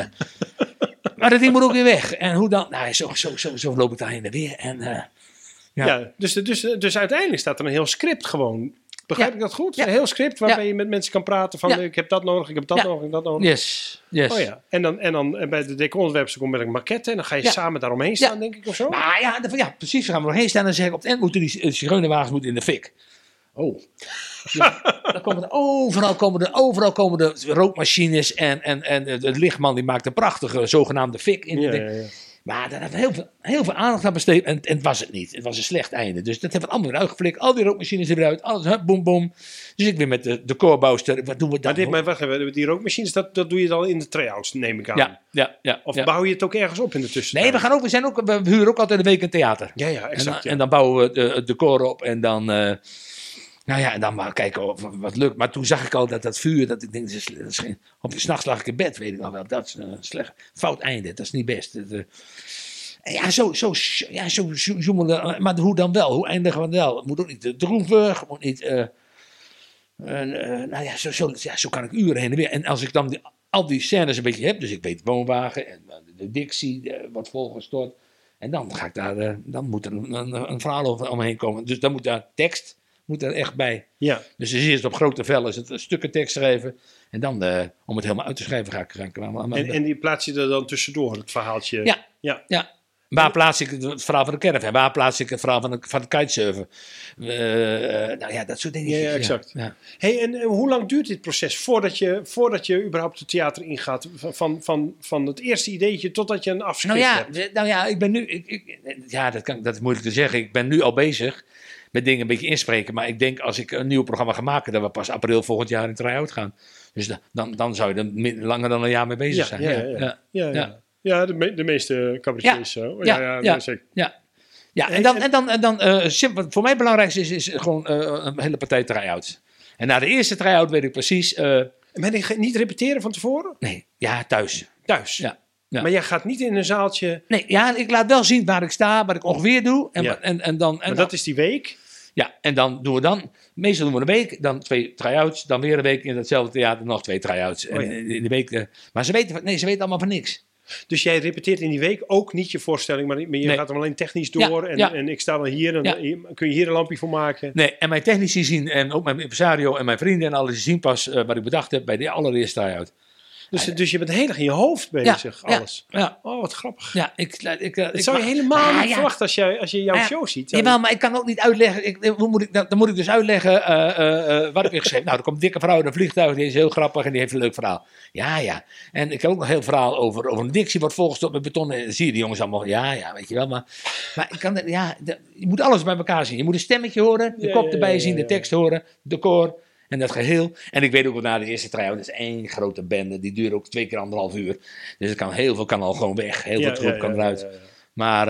Maar dat ding moet ook weer weg. En hoe dan? Nou, zo loop ik daar heen en weer. Dus uiteindelijk staat er een heel script gewoon. Begrijp ik dat goed? Een heel script waarbij je met mensen kan praten van ik heb dat nodig, ik heb dat nodig, ik heb dat nodig. Yes. Oh ja. En dan bij de decorontwerpers komt met een maquette en dan ga je samen daaromheen staan, denk ik, of zo? Nou ja, precies. We gaan er omheen staan en zeggen op het eind moeten die zigeunerwagens in de fik. Oh. Dan overal komen de rookmachines en de lichtman die maakt een prachtige zogenaamde fik in. Ja. Maar daar hebben we heel veel aandacht aan besteed en het was het niet. Het was een slecht einde. Dus dat hebben we allemaal weer uitgeflikt. Al die rookmachines eruit. Alles, boem, boem. Dus ik weer met de decorbouwster. Wat doen we dan? Maar wacht even. Die rookmachines, dat doe je dan in de try-outs, neem ik aan. Ja. Of bouw je het ook ergens op in de tussentijd? Nee, we huren ook altijd een week een theater. Ja, exact. En dan bouwen we het decor op en dan... en dan maar kijken of wat lukt. Maar toen zag ik al dat vuur, dat ik denk, op de 's nachts lag ik in bed, weet ik nog wel. Dat is een slecht, fout einde, dat is niet best. Zo zoemelen. Maar hoe dan wel? Hoe eindigen we wel? Het moet ook niet droevig, het moet niet... zo kan ik uren heen en weer. En als ik dan al die scènes een beetje heb, dus ik weet woonwagen en de Dixie wat volgestort. En dan ga ik daar, dan moet er een verhaal over omheen komen. Dus dan moet daar tekst moet er echt bij. Ja. Dus eerst op grote vel is het stukken tekst schrijven. En dan, om het helemaal uit te schrijven, ga ik En die plaats je er dan tussendoor, het verhaaltje? Ja. Waar plaats ik het verhaal van de caravan? Waar plaats ik het verhaal van het kitesurfen? Dat soort dingen. Ja, exact. Ja. Hey, en hoe lang duurt dit proces voordat je überhaupt het theater ingaat? Van het eerste ideetje totdat je een afschrift hebt? Ik ben nu... dat is moeilijk te zeggen. Ik ben nu al bezig met dingen een beetje inspreken. Maar ik denk als ik een nieuw programma ga maken, dat we pas april volgend jaar in try-out gaan. Dus dan zou je er langer dan een jaar mee bezig zijn. Ja, de meeste cabaretiers zo. Zeker. Ja, en dan wat voor mij het belangrijkste is gewoon een hele partij try-outs. En na de eerste try-out weet ik precies... Ben je niet repeteren van tevoren? Nee, ja, thuis. Ja. Maar jij gaat niet in een zaaltje... Nee, ja, ik laat wel zien waar ik sta, wat ik ongeveer doe. Maar dat is die week? Ja, en dan doen we meestal doen we een week, dan 2 try-outs, dan weer een week in hetzelfde theater nog 2 try-outs. En in de week, maar ze weten allemaal van niks. Dus jij repeteert in die week ook niet je voorstelling, maar je gaat hem alleen technisch door. En ik sta dan hier en kun je hier een lampje voor maken. Nee, en mijn technici zien, en ook mijn impresario en mijn vrienden en alles zien pas wat ik bedacht heb bij de allereerste try-out. Dus je bent heel erg in je hoofd bezig, alles. Ja. Oh, wat grappig. Ja, dat zou je helemaal niet verwachten als je jouw show ziet. Jawel, maar ik kan ook niet uitleggen. Dan moet ik dus uitleggen wat heb ik geschreven. Nou, er komt een dikke vrouw in een vliegtuig, die is heel grappig en die heeft een leuk verhaal. Ja. En ik heb ook nog een heel verhaal over een dictie wordt volgestopt met beton. En dan zie je die jongens allemaal, weet je wel. Maar ik kan, je moet alles bij elkaar zien. Je moet een stemmetje horen, de kop erbij zien, de tekst horen, de koor. En dat geheel. En ik weet ook wel na de eerste try-out, dat is één grote bende. Die duurt ook 2 keer 1,5 uur. Dus heel veel kan al gewoon weg. Heel veel troep kan eruit. Ja. Maar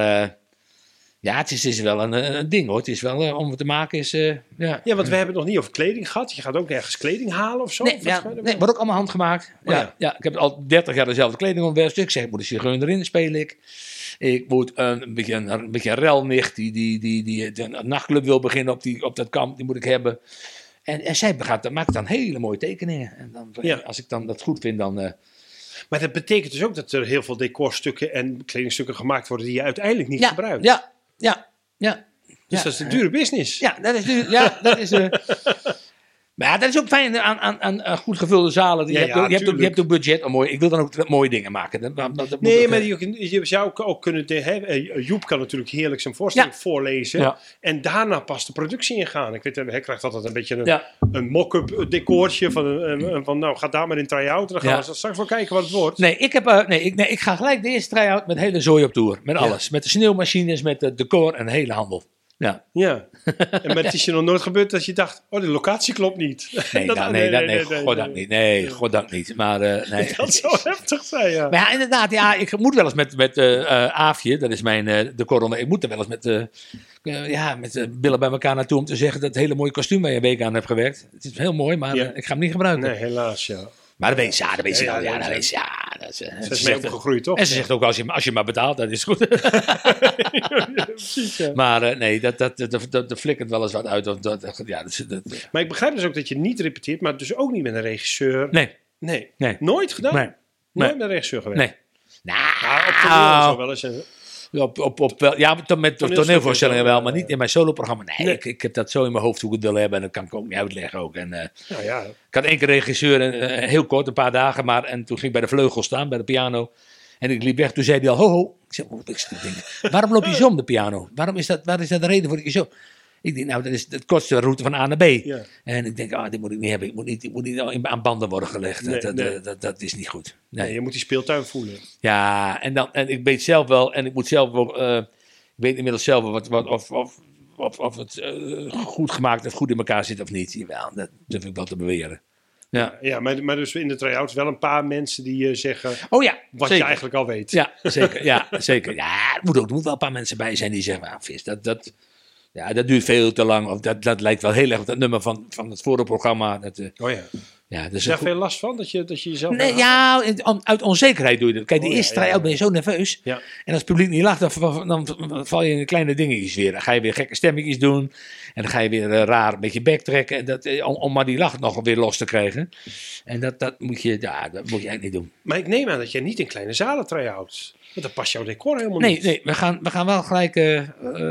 het is wel een ding hoor. Het is wel, om het te maken is... want we hebben het nog niet over kleding gehad. Je gaat ook ergens kleding halen of zo? Nee, wordt ook allemaal handgemaakt. Ik heb al 30 jaar dezelfde kleding ontwerpt. Ik zeg, ik moet een zigeuner erin, speel ik. Ik moet een beetje een relnicht die een nachtclub wil beginnen op dat kamp. Die moet ik hebben. En zij maakt dan hele mooie tekeningen. En dan, als ik dan dat goed vind, dan... Maar dat betekent dus ook dat er heel veel decorstukken en kledingstukken gemaakt worden die je uiteindelijk niet gebruikt. Ja. Dus dat is een dure business. Ja, dat is duur. Ja, dat is... Maar dat is ook fijn aan goed gevulde zalen. Je hebt ook budget. Ik wil dan ook mooie dingen maken. Maar je zou ook kunnen... Joep kan natuurlijk heerlijk zijn voorstelling voorlezen. Ja. En daarna pas de productie ingaan. Ik weet, hij krijgt altijd een beetje een mock-up decoortje. Van nou, ga daar maar in try-out. En dan gaan we straks wel kijken wat het wordt. Nee, ik ga gelijk de eerste try-out met hele zooi op tour. Met alles. Met de sneeuwmachines, met de decor en de hele handel. Ja. En het is je nog nooit gebeurd dat je dacht, de locatie klopt niet. Nee, goddank niet. Nee, goddank niet. Maar nee. Dat zou heftig zijn, ja. Maar inderdaad, ik moet wel eens met Aafje, dat is mijn decor, ik moet er wel eens met billen bij elkaar naartoe om te zeggen dat het hele mooie kostuum waar je een week aan hebt gewerkt. Het is heel mooi, maar ik ga hem niet gebruiken. Nee, helaas, ja. Maar dat weet ze al. Ze is mee opgegroeid, toch? En ze zegt ook, als je maar betaalt, dat is goed. Precies, ja. Maar nee, dat flikkert wel eens wat uit. Maar ik begrijp dus ook dat je niet repeteert, maar dus ook niet met een regisseur. Nee. Nooit gedaan? Nee. Nooit met een regisseur gewerkt? Nee. Nou, op wel eens... met toneelvoorstellingen wel, maar niet in mijn soloprogramma. Nee. Ik heb dat zo in mijn hoofd hoe ik het wil hebben en dat kan ik ook niet uitleggen ook. En, ik had 1 keer regisseur, heel kort, een paar dagen, en toen ging ik bij de vleugel staan, bij de piano. En ik liep weg, toen zei hij al, ho. Ik zeg, waarom loop je zo om de piano? Waar is dat de reden voor dat je zo... Ik denk, dat is de kortste route van A naar B. Ja. En ik denk, dit moet ik niet hebben. Ik moet niet aan banden worden gelegd. Dat is niet goed. Nee, je moet die speeltuin voelen. Ja, en ik weet zelf wel, en ik moet zelf ook... ik weet inmiddels zelf of het goed gemaakt of goed in elkaar zit of niet. Jawel, dat durf ik wel te beweren. Ja, maar dus in de try-outs wel een paar mensen die zeggen wat zeker. Je eigenlijk al weet. Ja, zeker. Ja, er moet wel een paar mensen bij zijn die zeggen, vis, dat duurt veel te lang. Of dat lijkt wel heel erg op dat nummer van het vorige programma. Dus heb je daar veel last van? Dat je jezelf... Nee, uit onzekerheid doe je dat. Kijk, de eerste try-out ben je zo nerveus. Ja. En als het publiek niet lacht, dan val je in de kleine dingetjes weer. Dan ga je weer gekke stemmetjes doen. En dan ga je weer raar een beetje backtracken. Om maar die lach nog weer los te krijgen. En dat moet je eigenlijk niet doen. Maar ik neem aan dat jij niet in kleine zalen try-outs. Want dan past jouw decor helemaal niet. Nee, we gaan wel gelijk...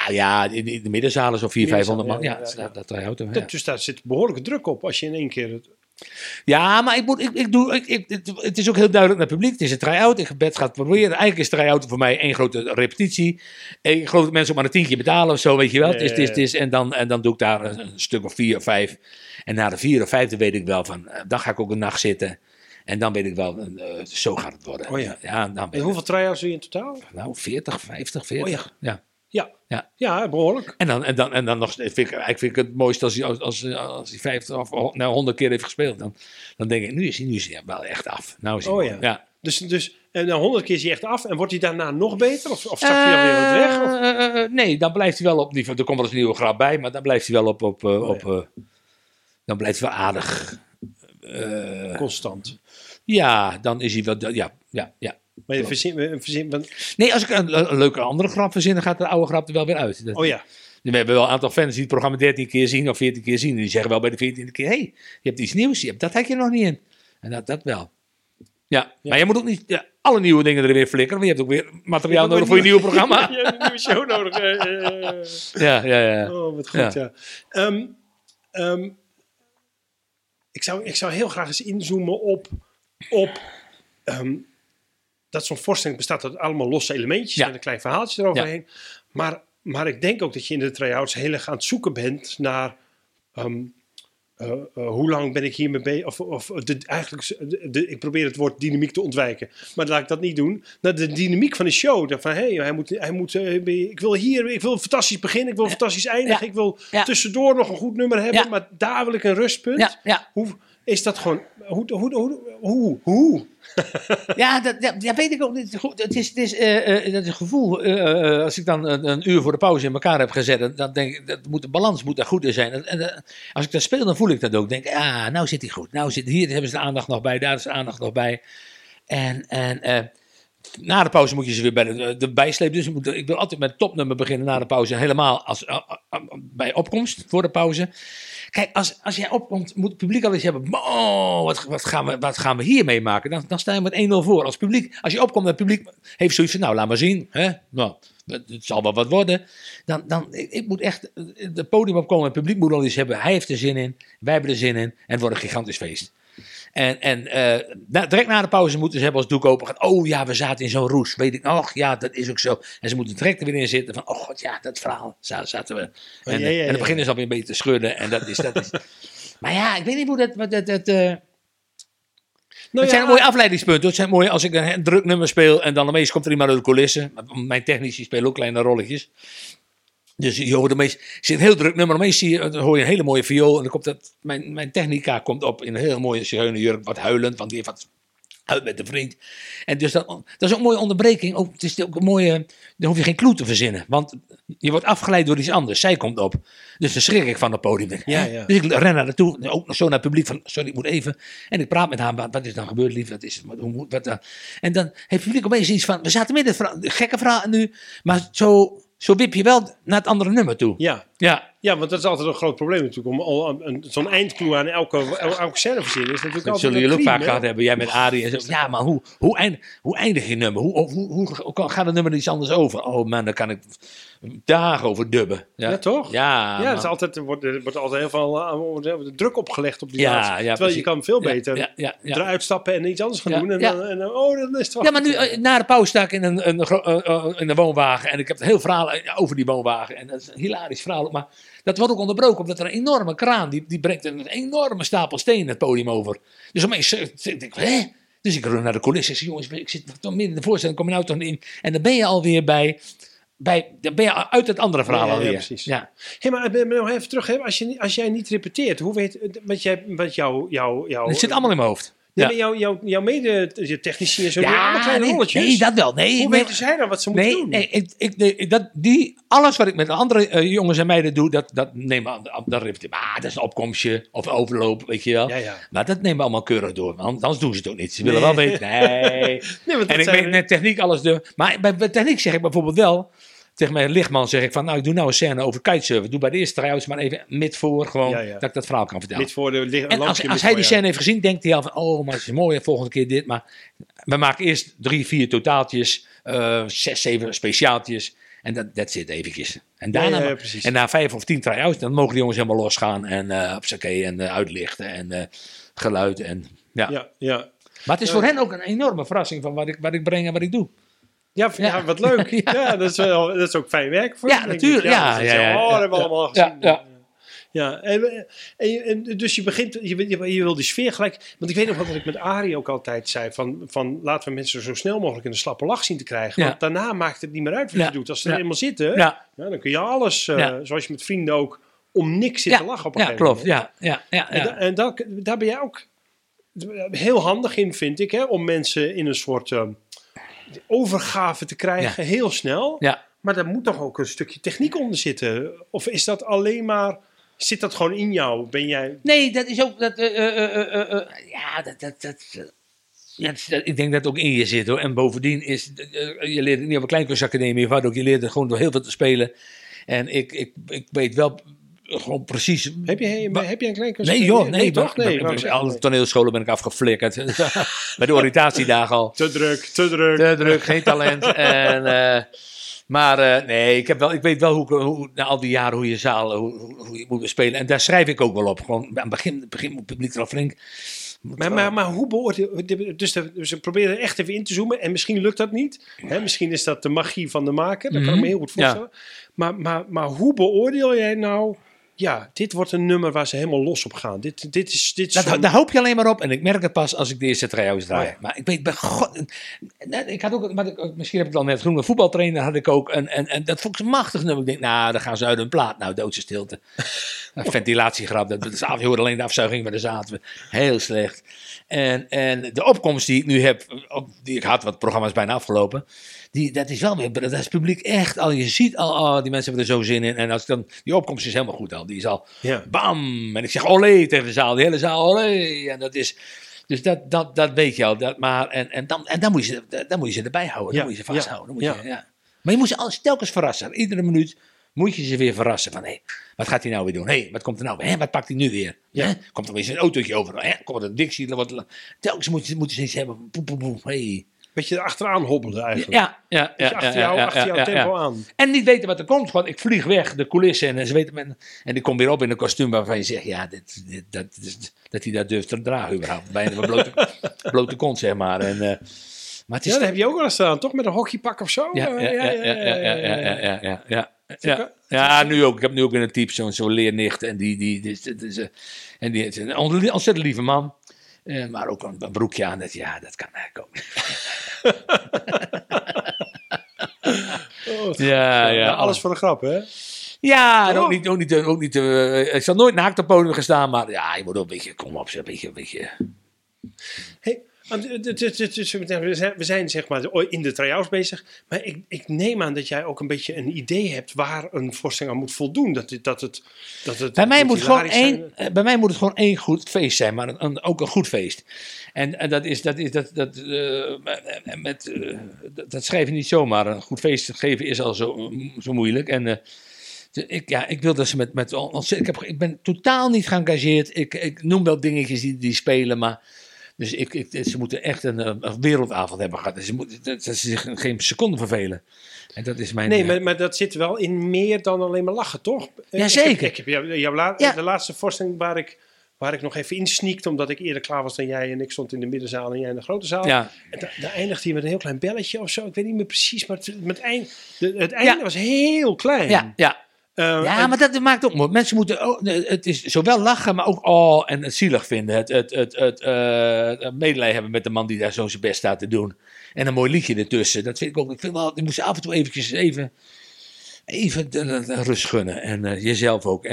Ja, in de middenzalen zo'n 400-500 man. Ja, ja. dat try-out. Ja. Dus daar zit behoorlijke druk op als je in één keer... Ja, maar het is ook heel duidelijk naar het publiek. Het is een try-out. Ik ga het proberen. Eigenlijk is try-out voor mij één grote repetitie. Ik geloof dat mensen ook maar een tientje betalen of zo, weet je wel. Het is, en dan doe ik daar een stuk of 4 of 5. En na de 4 of 5 weet ik wel van, dan ga ik ook een nacht zitten. En dan weet ik wel, zo gaat het worden. Oh ja. Dan En hoeveel try-outs doe je in totaal? Nou, 40, 50, 40. Oh ja. Ja. Ja, behoorlijk. En dan nog, vind ik het mooiste als hij 50 of 100 keer heeft gespeeld. Dan denk ik, nu is hij wel echt af. Nou is hij ja. Dus en dan 100 keer is hij echt af en wordt hij daarna nog beter? Of zakt hij dan weer wat weg? Nee, dan blijft hij wel op niveau. Er komt wel eens een nieuwe grap bij, maar dan blijft hij wel dan blijft hij wel aardig. Constant. Ja, dan is hij wel... Ja. Maar je verzin... Nee, als ik een leuke andere grap verzin, dan gaat de oude grap er wel weer uit. Oh ja. We hebben wel een aantal fans die het programma 13 keer zien of 14 keer zien. En die zeggen wel bij de 14e keer, hey, je hebt iets nieuws, dat had je nog niet in. En dat wel. Ja, maar je moet ook niet alle nieuwe dingen er weer flikkeren. Want je hebt ook weer materiaal nodig voor je nieuwe programma. Je hebt een nieuwe show nodig. Ja. Oh, wat goed, ja. Ik zou heel graag eens inzoomen op dat zo'n voorstelling bestaat uit allemaal losse elementjes met een klein verhaaltje eroverheen. Ja. Maar ik denk ook dat je in de try-outs heel erg aan het zoeken bent naar hoe lang ben ik hiermee bezig? Ik probeer het woord dynamiek te ontwijken, maar laat ik dat niet doen. Naar de dynamiek van de show. Van, hij moet ik wil fantastisch beginnen, ik wil fantastisch eindigen, ik wil tussendoor nog een goed nummer hebben, maar daar wil ik een rustpunt. Ja. Hoe is dat gewoon? Hoe? Ja, weet ik ook niet. Het is dat gevoel, als ik dan een uur voor de pauze in elkaar heb gezet, dan denk ik, de balans moet daar goed in zijn. En als ik dat speel, dan voel ik dat ook. Denk, nou zit hij goed. Hier hebben ze de aandacht nog bij, daar is de aandacht nog bij. En na de pauze moet je ze weer bij de bijsleep. Dus ik wil altijd met het topnummer beginnen na de pauze. Helemaal bij opkomst, voor de pauze. Kijk, als jij opkomt, moet het publiek al eens hebben. Oh, wat gaan we hier meemaken? Dan sta je met 1-0 voor. Als je opkomt en het publiek heeft zoiets van, nou, laat maar zien. Hè? Nou, het zal wel wat worden. Ik moet echt het podium opkomen. Het publiek moet al eens hebben. Hij heeft er zin in. Wij hebben er zin in. En het wordt een gigantisch feest. Direct na de pauze moeten ze hebben als doek open gaan. Oh ja, we zaten in zo'n roes. Weet ik nog? Ja, dat is ook zo. En ze moeten direct er weer in zitten van, oh god, ja, dat verhaal zaten we. En dan beginnen ze alweer een beetje te schudden. En dat is. Maar ja, ik weet niet hoe dat het zijn mooie afleidingspunten. Het zijn mooie als ik een druk nummer speel en dan ineens komt er iemand uit de coulissen. Mijn technici spelen ook kleine rolletjes. Dus je hoort er zit een heel druk nummer, dan hoor je een hele mooie viool. En dan komt mijn technica komt op in een heel mooie zigeunerjurk, wat huilend, want die heeft wat uit met een vriend. En dus dat is ook een mooie onderbreking. Ook, het is ook een mooie, dan hoef je geen clue te verzinnen, want je wordt afgeleid door iets anders. Zij komt op. Dus dan schrik ik van het podium. Ja. Dus ik ren naar naartoe, ook nog zo naar het publiek van, sorry, ik moet even. En ik praat met haar, wat is dan gebeurd, lief? En dan heeft het publiek opeens iets van, we zaten midden in gekke verhaal nu, maar zo wip je wel naar het andere nummer toe. Ja, want dat is altijd een groot probleem natuurlijk. Om zo'n eindclue aan elke scène verzinnen is natuurlijk dat altijd zullen jullie ook vaak hè? gehad hebben. Jij met Arie en zo. Ja, maar hoe eindig je nummer? Hoe gaat het nummer iets anders over? Oh man, dan kan ik dagen over dubben. Ja, toch? Ja, het is altijd, er wordt altijd heel veel druk opgelegd op die laatste. Terwijl precies. je kan veel beter eruit stappen en iets anders gaan doen. Dan is het wel. Ja, maar nu na de pauze sta ik in een woonwagen. En ik heb een heel verhaal over die woonwagen. En dat is een hilarisch verhaal. Maar dat wordt ook onderbroken omdat er een enorme kraan, die brengt een enorme stapel stenen het podium over. Dus opeens denk ik, hè? Dus ik run naar de coulissen. Ik zeg, jongens, ik zit toch midden in de voorstelling, kom je nou toch niet in? En dan ben je alweer dan ben je uit het andere verhaal alweer. Ja, precies. Ja. Hey, maar nog even terug, hè? Als jij niet repeteert, hoe weet wat jouw het zit allemaal in mijn hoofd. Ja. Maar jouw mede-technici en zo, allemaal kleine rolletjes. Nee, dat wel. Nee, hoe weten zij dan wat ze moeten doen? Alles wat ik met andere jongens en meiden doe, dat nemen we dat is een opkomstje of overloop, weet je wel. Ja. Maar dat nemen we allemaal keurig door. Want anders doen ze het ook niet. Ze willen wel weten. Nee. En ik weet met techniek alles doen. Maar bij techniek zeg ik bijvoorbeeld wel, tegen mijn lichtman zeg ik van, nou, ik doe nou een scène over kitesurfen. Doe bij de eerste try-outs maar even mid voor, gewoon, dat ik dat verhaal kan vertellen. Mid voor en als hij die scène heeft gezien, denkt hij al van, oh, maar het is mooi, volgende keer dit. Maar we maken eerst 3-4 totaaltjes, 6-7 speciaaltjes. En dat zit eventjes. En daarna, precies. en na 5 of 10 try-outs, dan mogen de jongens helemaal losgaan. En hupsakee, en uitlichten en geluid. En, ja. Maar het is voor hen ook een enorme verrassing van wat ik breng en wat ik doe. Ja, wat leuk. Ja, dat is ook fijn werk voor Ja, natuurlijk. dat hebben we allemaal gezien. Ja, en dus je begint, je wil die sfeer gelijk. Want ik weet nog wat ik met Arie ook altijd zei: van laten we mensen zo snel mogelijk in een slappe lach zien te krijgen. Want daarna maakt het niet meer uit wat je doet. Als ze er eenmaal zitten, dan kun je alles, zoals je met vrienden ook, om niks zit te lachen op een gegeven moment. Ja. En daar ben jij ook heel handig in, vind ik, hè, om mensen in een soort overgave te krijgen, heel snel. Ja. Maar daar moet toch ook een stukje techniek onder zitten? Of is dat alleen maar... Zit dat gewoon in jou? Ben jij... Nee, dat is ook... ik denk dat het ook in je zit, hoor. En bovendien is... je leert het niet op een kleinkunstacademie, je leert het gewoon door heel veel te spelen. En ik weet wel... Gewoon precies. Heb je een klein kunst? Nee, joh, nee, toch? Nee, alle toneelscholen ben ik afgeflikkerd. Bij de oriëntatiedagen al. Te druk, geen talent. Maar ik weet wel hoe na al die jaren hoe je zaal, hoe je moet spelen. En daar schrijf ik ook wel op. Gewoon aan het begin moet het publiek er al flink. Maar hoe beoordeel je... Dus we proberen echt even in te zoomen. En misschien lukt dat niet. Hè, misschien is dat de magie van de maker. Dat kan ik me heel goed voorstellen. Ja. Maar hoe beoordeel jij nou... Ja, dit wordt een nummer waar ze helemaal los op gaan. Daar hoop je alleen maar op. En ik merk het pas als ik de eerste try-outs draai. Ja. Maar ik weet bij God... Ik had ook... Misschien heb ik het al net genoemd. Een voetbaltrainer had ik ook. En dat vond ik zo machtig nummer. Ik denk, nou, dan gaan ze uit hun plaat. Nou, doodse stilte. Ventilatiegrap. Je hoorde alleen de afzuiging, maar daar zaten we. Heel slecht. En de opkomst die ik nu heb... Die ik had, wat het programma is bijna afgelopen... Dat is wel weer, dat is publiek echt al. Je ziet al, die mensen hebben er zo zin in. En als dan, die opkomst is helemaal goed al. Die is al, bam. En ik zeg olé tegen de zaal. Die hele zaal, olé. En dat is, dus dat weet je al. Dan moet je ze erbij houden. Dan moet je ze vasthouden. Maar je moet ze alles telkens verrassen. Iedere minuut moet je ze weer verrassen. Van, wat gaat hij nou weer doen? Wat komt er nou weer? Wat pakt hij nu weer? Komt er weer zijn autootje over? Komt er een dictie? Telkens moeten ze iets hebben. Beetje erachteraan hobbelen eigenlijk. Ja. Achter jouw tempo aan. En niet weten wat er komt. Gewoon, ik vlieg weg, de coulissen. En ze weten en ik kom weer op in een kostuum waarvan je zegt... Ja, dat hij dat durft te dragen überhaupt. Bijna een blote kont, zeg maar. Maar het is dat heb je ook wel eens gedaan, toch? Met een hockeypak of zo? Ja, nu ook. Ik heb nu ook weer een type, zo'n leernicht. En die is een ontzettend lieve man. Maar ook een broekje aan. Dat kan eigenlijk ook. Alles voor de grap, hè? Ja, en ook niet ik zal nooit naakt op het podium gestaan, maar ja, je moet ook een beetje, kom op, een beetje. Hey, we zijn zeg maar in de try-outs bezig, maar ik neem aan dat jij ook een beetje een idee hebt waar een voorstelling aan moet voldoen. Bij mij moet het gewoon één goed feest zijn, maar ook een goed feest. En dat schrijf je niet zomaar. Een goed feest geven is al zo moeilijk. En ik wil dat ze ik ben totaal niet geëngageerd. Ik noem wel dingetjes die spelen, maar... Dus ze moeten echt een wereldavond hebben gehad. Dat ze zich geen seconde vervelen. En dat is mijn... Nee, maar dat zit wel in meer dan alleen maar lachen, toch? Jazeker. Ik heb de laatste voorstelling waar ik nog even insneakte... omdat ik eerder klaar was dan jij... en ik stond in de middenzaal en jij in de grote zaal. Ja. En daar eindigde hij met een heel klein belletje of zo. Ik weet niet meer precies, maar het einde was heel klein. Ja. Maar dat maakt ook mooi. Mensen moeten het is zowel lachen, maar ook en het zielig vinden. Het medelijden hebben met de man die daar zo zijn best staat te doen. En een mooi liedje ertussen. Dat vind ik ook. Je moet ze af en toe eventjes even rust gunnen. En jezelf ook.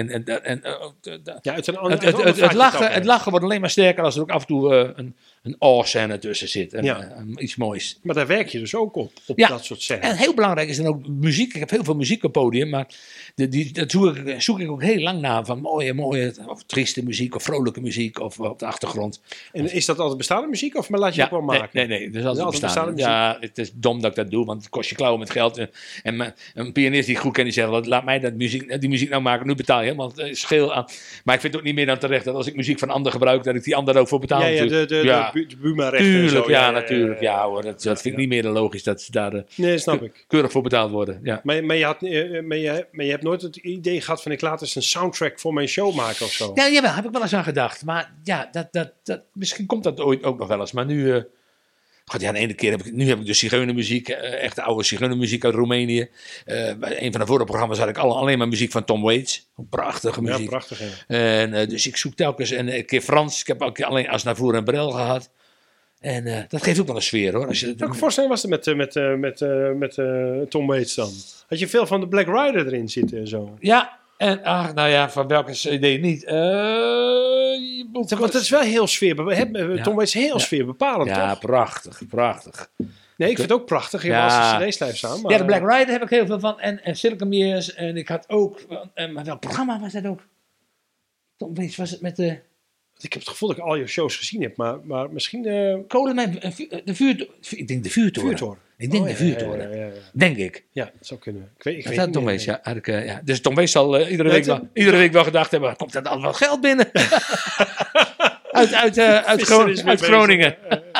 Het lachen wordt alleen maar sterker als er ook af en toe een scène tussen zit. Iets moois. Maar daar werk je dus ook op dat soort scènes. En heel belangrijk is dan ook muziek. Ik heb heel veel muziek op het podium, maar dat zoek ik ook heel lang naar. Van mooie, of trieste muziek, of vrolijke muziek, of op de achtergrond. En is dat altijd bestaande muziek, of laat je het wel maken? Nee, dat is altijd bestaande muziek. Ja, het is dom dat ik dat doe, want het kost je klauwen met geld. En een pianist die goed kan hij zeggen, laat mij die muziek nou maken, nu betaal je helemaal scheel aan. Maar ik vind het ook niet meer dan terecht dat als ik muziek van anderen gebruik, dat ik die ander ook voor betaal. De Buma-rechten. Tuurlijk, natuurlijk. Ja hoor, dat vind ik niet meer dan logisch dat ze daar snap ik. keurig voor betaald worden. Ja. Maar je hebt nooit het idee gehad van ik laat eens een soundtrack voor mijn show maken of zo? Ja, jawel, heb ik wel eens aan gedacht. Maar ja, misschien komt dat ooit ook nog wel eens. Maar nu... de ene keer heb ik dus zigeunermuziek, echt oude zigeunermuziek uit Roemenië. Een van de vorige programma's had ik alleen maar muziek van Tom Waits. Prachtige muziek. Ja, prachtig. Ja. En, dus ik zoek telkens een keer Frans. Ik heb ook alleen Aznavour en Brel gehad. En dat geeft ook wel een sfeer hoor. Welke voorstelling was het met Tom Waits dan? Had je veel van de Black Rider erin zitten en zo? Ja. En van welke CD niet? Want het is wel heel Tom Waits is heel sfeerbepalend, ja, toch? Prachtig. Nee, ik vind het ook prachtig. Je was een CD-schijf staan. Maar... Ja, de Black Rider heb ik heel veel van. En Silicon Years. En ik had ook... maar welk programma was dat ook? Tom Waits was het met de... Ik heb het gevoel dat ik al je shows gezien heb, maar misschien... Kolenmijn, de vuurtoren. Ik denk de vuurtoren. Ik denk de vuurtoren. Ja. Denk ik. Ja, dat zou kunnen. Ik weet dat Tom Waits, ja. Dus Tom Waits zal iedere week wel gedacht hebben, komt er dan wel geld binnen? uit Groningen.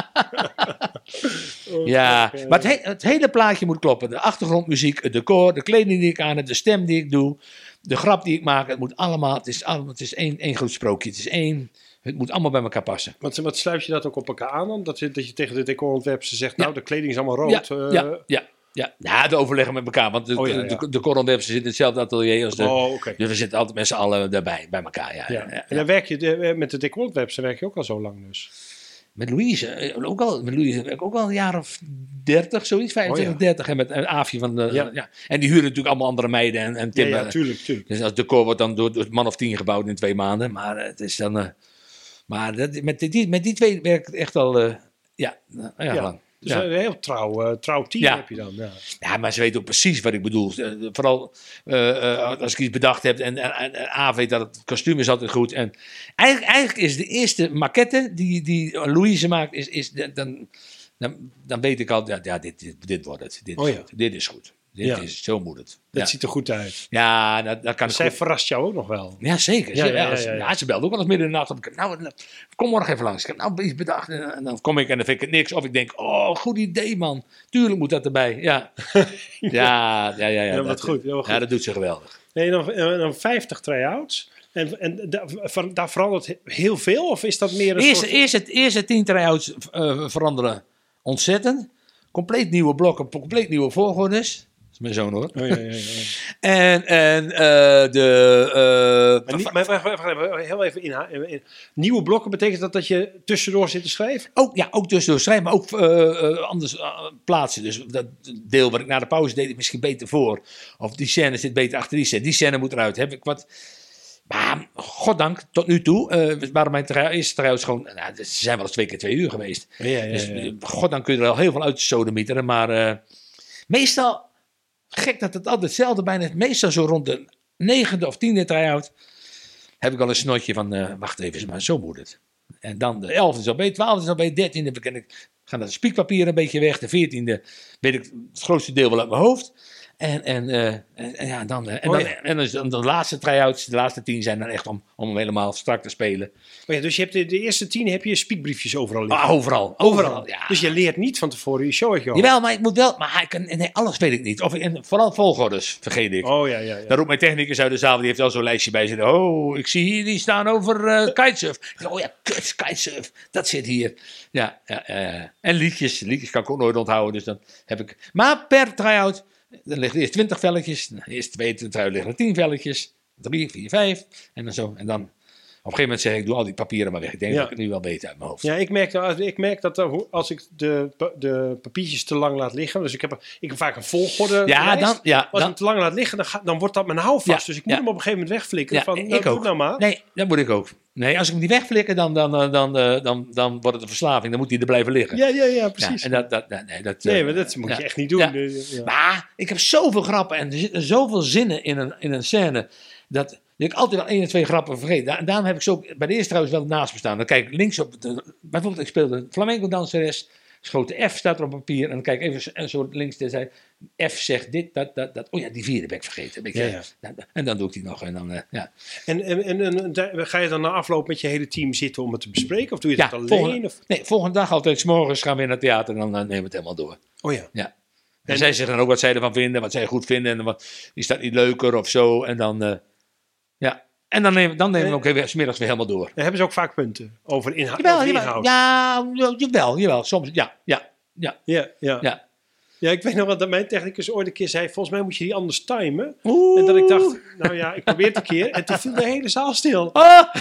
Ja, maar het hele plaatje moet kloppen. De achtergrondmuziek, het decor, de kleding die ik aan heb, de stem die ik doe, de grap die ik maak. Het moet allemaal, het is één groot sprookje. Het moet allemaal bij elkaar passen. Wat sluit je dat ook op elkaar aan dan? Dat je tegen de decorontwerpers zegt, nou, de kleding is allemaal rood. Ja, de overleggen met elkaar. Want de decorontwerpers zitten in hetzelfde atelier als okay. Dus we zitten altijd met z'n allen daarbij, bij elkaar. Ja. En dan werk je met de decorontwerpers, werk je ook al zo lang dus? Met Louise heb ik ook al een jaar of 30, zoiets, 25, 30. En met een Aafje van de... En die huren natuurlijk allemaal andere meiden en Tim. Ja, tuurlijk. Dus als decor wordt dan door een man of 10 gebouwd in 2 maanden. Maar het is dan... met die twee werkt het echt al lang. Dus een heel trouw team heb je dan. Ja, maar ze weten ook precies wat ik bedoel. Vooral als ik iets bedacht heb en A weet dat het kostuum is altijd goed. En eigenlijk is de eerste maquette die Louise maakt, dan weet ik al, dit wordt het. Dit is goed. Zo moet het. Dat ziet er goed uit. Ja, dat kan zij verrast jou ook nog wel. Ja, zeker. Ze belt ook wel eens midden in de nacht. Nou, kom morgen even langs. Ik heb nou iets bedacht. En dan kom ik en dan vind ik het niks. Of ik denk, goed idee man. Tuurlijk moet dat erbij. Ja. Ja, wat goed. Ja, dat doet ze geweldig. Nee, dan 50 try-outs. En daar verandert heel veel? Of is dat meer een Eerste 10 try-outs veranderen ontzettend. Compleet nieuwe blokken, compleet nieuwe volgordes. Mijn zoon hoor. Heel even nieuwe blokken betekent dat je tussendoor zit te schrijven? Ook tussendoor schrijven, maar ook anders plaatsen. Dus dat deel wat ik na de pauze deed, misschien beter voor. Of die scène zit beter achter die scène. Die scène moet eruit. Heb ik wat... Maar goddank, tot nu toe, waren mijn eerste try-outs gewoon... ze zijn wel eens 2 keer 2 uur geweest. Dus goddank kun je er al heel veel uit sodemieteren. Maar meestal... Gek dat het altijd hetzelfde bijna is. Meestal zo rond de 9e of 10e try-out heb ik al een snotje van, wacht even, maar zo moet het. En dan de 11e is al bij, 12e is al bij, 13e gaan dat spiekpapier een beetje weg. De 14e weet ik het grootste deel wel uit mijn hoofd. En dan de laatste try-outs, de laatste 10 zijn dan echt om hem helemaal strak te spelen. Dus je hebt de eerste 10 heb je spiekbriefjes overal liggen? Overal. Ja. Dus je leert niet van tevoren je show. Jawel, maar ik moet wel, alles weet ik niet. Vooral volgordes vergeet ik. Ja. Dan roept mijn technicus uit de zaal, die heeft al zo'n lijstje bij zich. Ik zie hier, die staan over kitesurf. Kitesurf, dat zit hier. Ja. En liedjes kan ik ook nooit onthouden, dus dan heb ik... Maar per try-out... Dan liggen eerst 20 velletjes. Eerst 2 trui liggen er 10 velletjes. 3, 4, 5. En dan zo. En dan op een gegeven moment zeg ik, doe al die papieren maar weg. Ik denk dat ik het nu wel weet uit mijn hoofd. Ja, ik merk dat als ik de papiertjes te lang laat liggen. Dus ik heb vaak een volgorde. Als ik hem te lang laat liggen, dan wordt dat mijn houvast. Dus ik moet hem op een gegeven moment wegflikkeren. Ik ook. Nou maar. Nee, dat moet ik ook. Nee, als ik hem niet wegflikker, dan wordt het een verslaving. Dan moet hij er blijven liggen. Ja, precies. En maar dat moet je echt niet doen. Ja. Maar ik heb zoveel grappen en er zitten zoveel zinnen in een scène dat ik altijd wel 1 en 2 grappen vergeet. En daarom heb ik zo bij de eerste trouwens wel naast me staan. Dan kijk ik links op, bijvoorbeeld ik speelde een flamenco danseres, schoot de F staat er op papier en dan kijk ik even zo links terzijde. F zegt dit, dat. Oh ja, die vierde ben ik vergeten. Weet je. Ja. En dan doe ik die nog. En dan, ja. En ga je dan na afloop met je hele team zitten om het te bespreken? Of doe je dat alleen? Volgende dag altijd. 's Morgens gaan we naar het theater en dan nemen we het helemaal door. Oh ja. Ja. En zij zeggen dan ook wat zij ervan vinden, wat zij goed vinden. En wat, is dat niet leuker of zo? En dan, ja. En dan nemen we ook weer 's middags weer helemaal door. Dan hebben ze ook vaak punten over inhoud. Jawel. Soms, ja. Ja, ik weet nog wat dat mijn technicus ooit een keer zei. Volgens mij moet je die anders timen. En dat ik dacht, nou ja, ik probeer het een keer. En toen viel de hele zaal stil.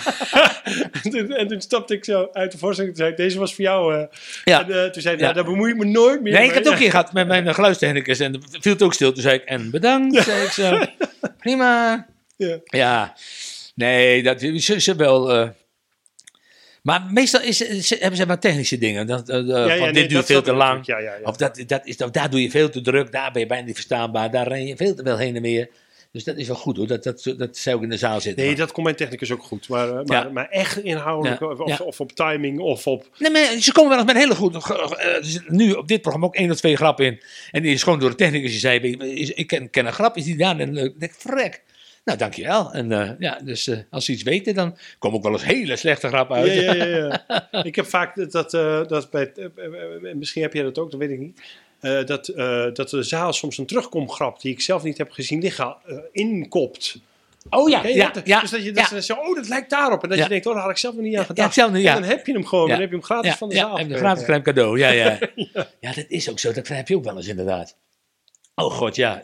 En toen stapte ik zo uit de voorstelling. Toen zei ik, deze was voor jou. En toen zei hij, daar bemoei ik me nooit meer. Nee, ik heb het ook een keer gehad met mijn geluidstechnicus. En viel het ook stil. Toen zei ik, en bedankt. Zei ik zo. Prima. Ja. Nee, dat is wel... Maar meestal hebben ze maar technische dingen. Dit duurt veel te lang. Of daar doe je veel te druk. Daar ben je bijna niet verstaanbaar. Daar ren je veel te wel heen en weer. Dus dat is wel goed hoor. Dat zij ook in de zaal zitten. Nee, dat komt mijn technicus ook goed. Maar echt inhoudelijk. Of op timing. Of op... Nee, maar ze komen wel eens met hele goede... er zit nu op dit programma ook 1 of 2 grappen in. En die is gewoon door de technicus. Die zei, ik ken een grap. Is die daar? En ik denk, frek. Nou, dankjewel. En dus als ze iets weten, dan komen ook wel eens hele slechte grappen uit. Ja. Ik heb vaak dat bij... misschien heb jij dat ook, dat weet ik niet. Dat de zaal soms een terugkomgrap die ik zelf niet heb gezien liggen, inkopt. Oh ja, Dus dat je zo, dat lijkt daarop. En dat je denkt, daar had ik zelf nog niet aan gedacht. En dan heb je hem gewoon, dan heb je hem gratis van de zaal. Een gratis klein cadeau, ja, dat is ook zo, dat heb je ook wel eens inderdaad. Oh god, ja.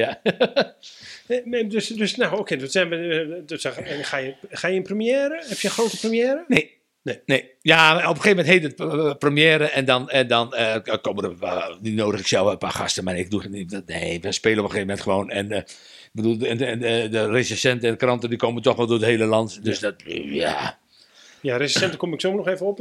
Dus nou, oké. Ga je in première? Heb je een grote première? Nee. Ja, op een gegeven moment heet het première en dan komen er, die nodig ik zelf een paar gasten, maar ik doe het niet. Nee, we spelen op een gegeven moment gewoon. En ik bedoel, de recensenten en de kranten die komen toch wel door het hele land. Dus dat, ja. Ja, recensenten kom ik zo nog even op.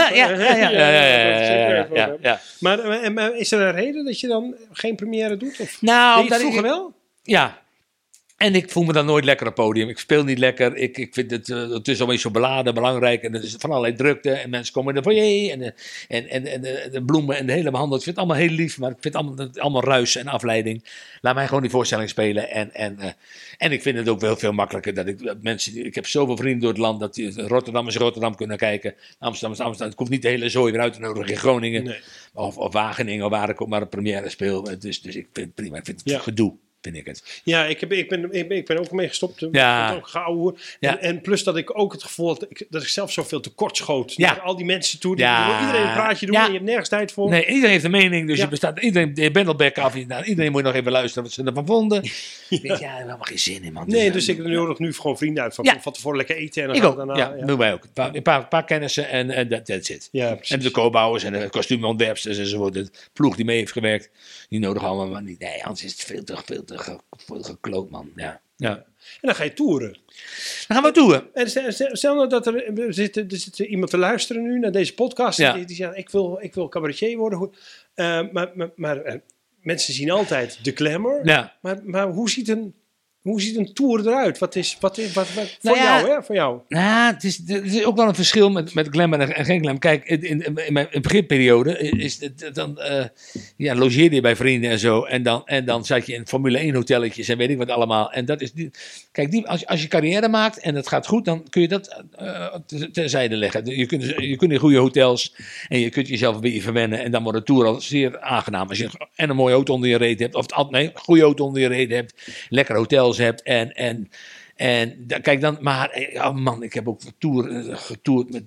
Ja. Maar is er een reden dat je dan geen première doet? Of nou, dat vroeger wel? Ja. En ik voel me dan nooit lekker op het podium. Ik speel niet lekker. Ik vind het is alweer zo beladen, belangrijk. En er is van allerlei drukte. En mensen komen in de foyer. En de bloemen en de hele behandeling. Ik vind het allemaal heel lief. Maar ik vind het allemaal ruis en afleiding. Laat mij gewoon die voorstelling spelen. En ik vind het ook wel veel makkelijker. Ik heb zoveel vrienden door het land. Dat Rotterdam kunnen kijken. Amsterdam. Ik hoef niet de hele zooi weer uit te nodigen in Groningen. Nee. Of Wageningen. Waar ik ook maar een première speel. Dus ik vind het prima. Ik vind het gedoe. Vind ik het. Ja, ik ben ook mee gestopt. Ja. Ook geouwe. En plus dat ik ook het gevoel had dat ik zelf zoveel tekort schoot. Ja. Naar al die mensen toe. Iedereen een praatje doen en je hebt nergens tijd voor. Nee, iedereen heeft een mening. Dus je bent al back af. Iedereen moet nog even luisteren wat ze ervan vonden. Weet je, daar helemaal geen zin in, man. Dus ik nodig nu gewoon vrienden uit. Van tevoren lekker eten. En dan ik ook. Daarna, doen wij ook. Een paar kennissen en that's it. Ja, en de koopbouwers en de kostuumontwerpsters enzovoort. De ploeg die mee heeft gewerkt. Die nodigen allemaal maar niet. Nee, anders is het veel te gekloot, man. Ja. En dan ga je toeren. Dan gaan we toeren. En stel nou dat er zit iemand te luisteren nu naar deze podcast. Die zegt, ik wil cabaretier worden. Maar mensen zien altijd de glamour. Ja. Maar hoe ziet een tour eruit? Wat voor jou? Nou, het is ook wel een verschil met glamour en geen glamour. Kijk, in mijn beginperiode is het dan logeerde je bij vrienden en zo. En dan zat je in Formule 1 hotelletjes en weet ik wat allemaal. En dat is kijk, als je carrière maakt en het gaat goed, dan kun je dat terzijde leggen. Je kunt in goede hotels en je kunt jezelf een beetje verwennen. En dan wordt de tour al zeer aangenaam. Als je een mooie auto onder je reet hebt, een goede auto onder je reet hebt, lekkere hotels hebt en kijk dan, maar man, ik heb ook getoerd met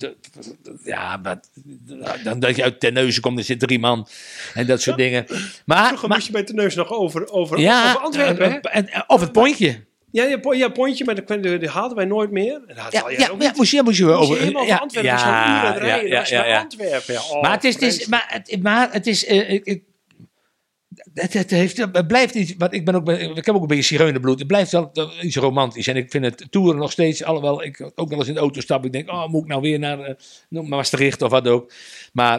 dan dat je uit Terneuzen komt, er zit 3 man en dat soort dingen. Maar vroeger moest je bij Terneuzen nog over Antwerpen, of het Pontje. Ja, Pontje, maar die haalden wij nooit meer. Moest je wel over. Helemaal van Antwerpen, Antwerpen. Ja. Maar het is. Het blijft iets, want ik heb ook een beetje zigeunerbloed. Het blijft wel iets romantisch. En ik vind het toeren nog steeds, alhoewel ik ook wel eens in de auto stap. Ik denk, moet ik nou weer naar Maastricht of wat ook. Maar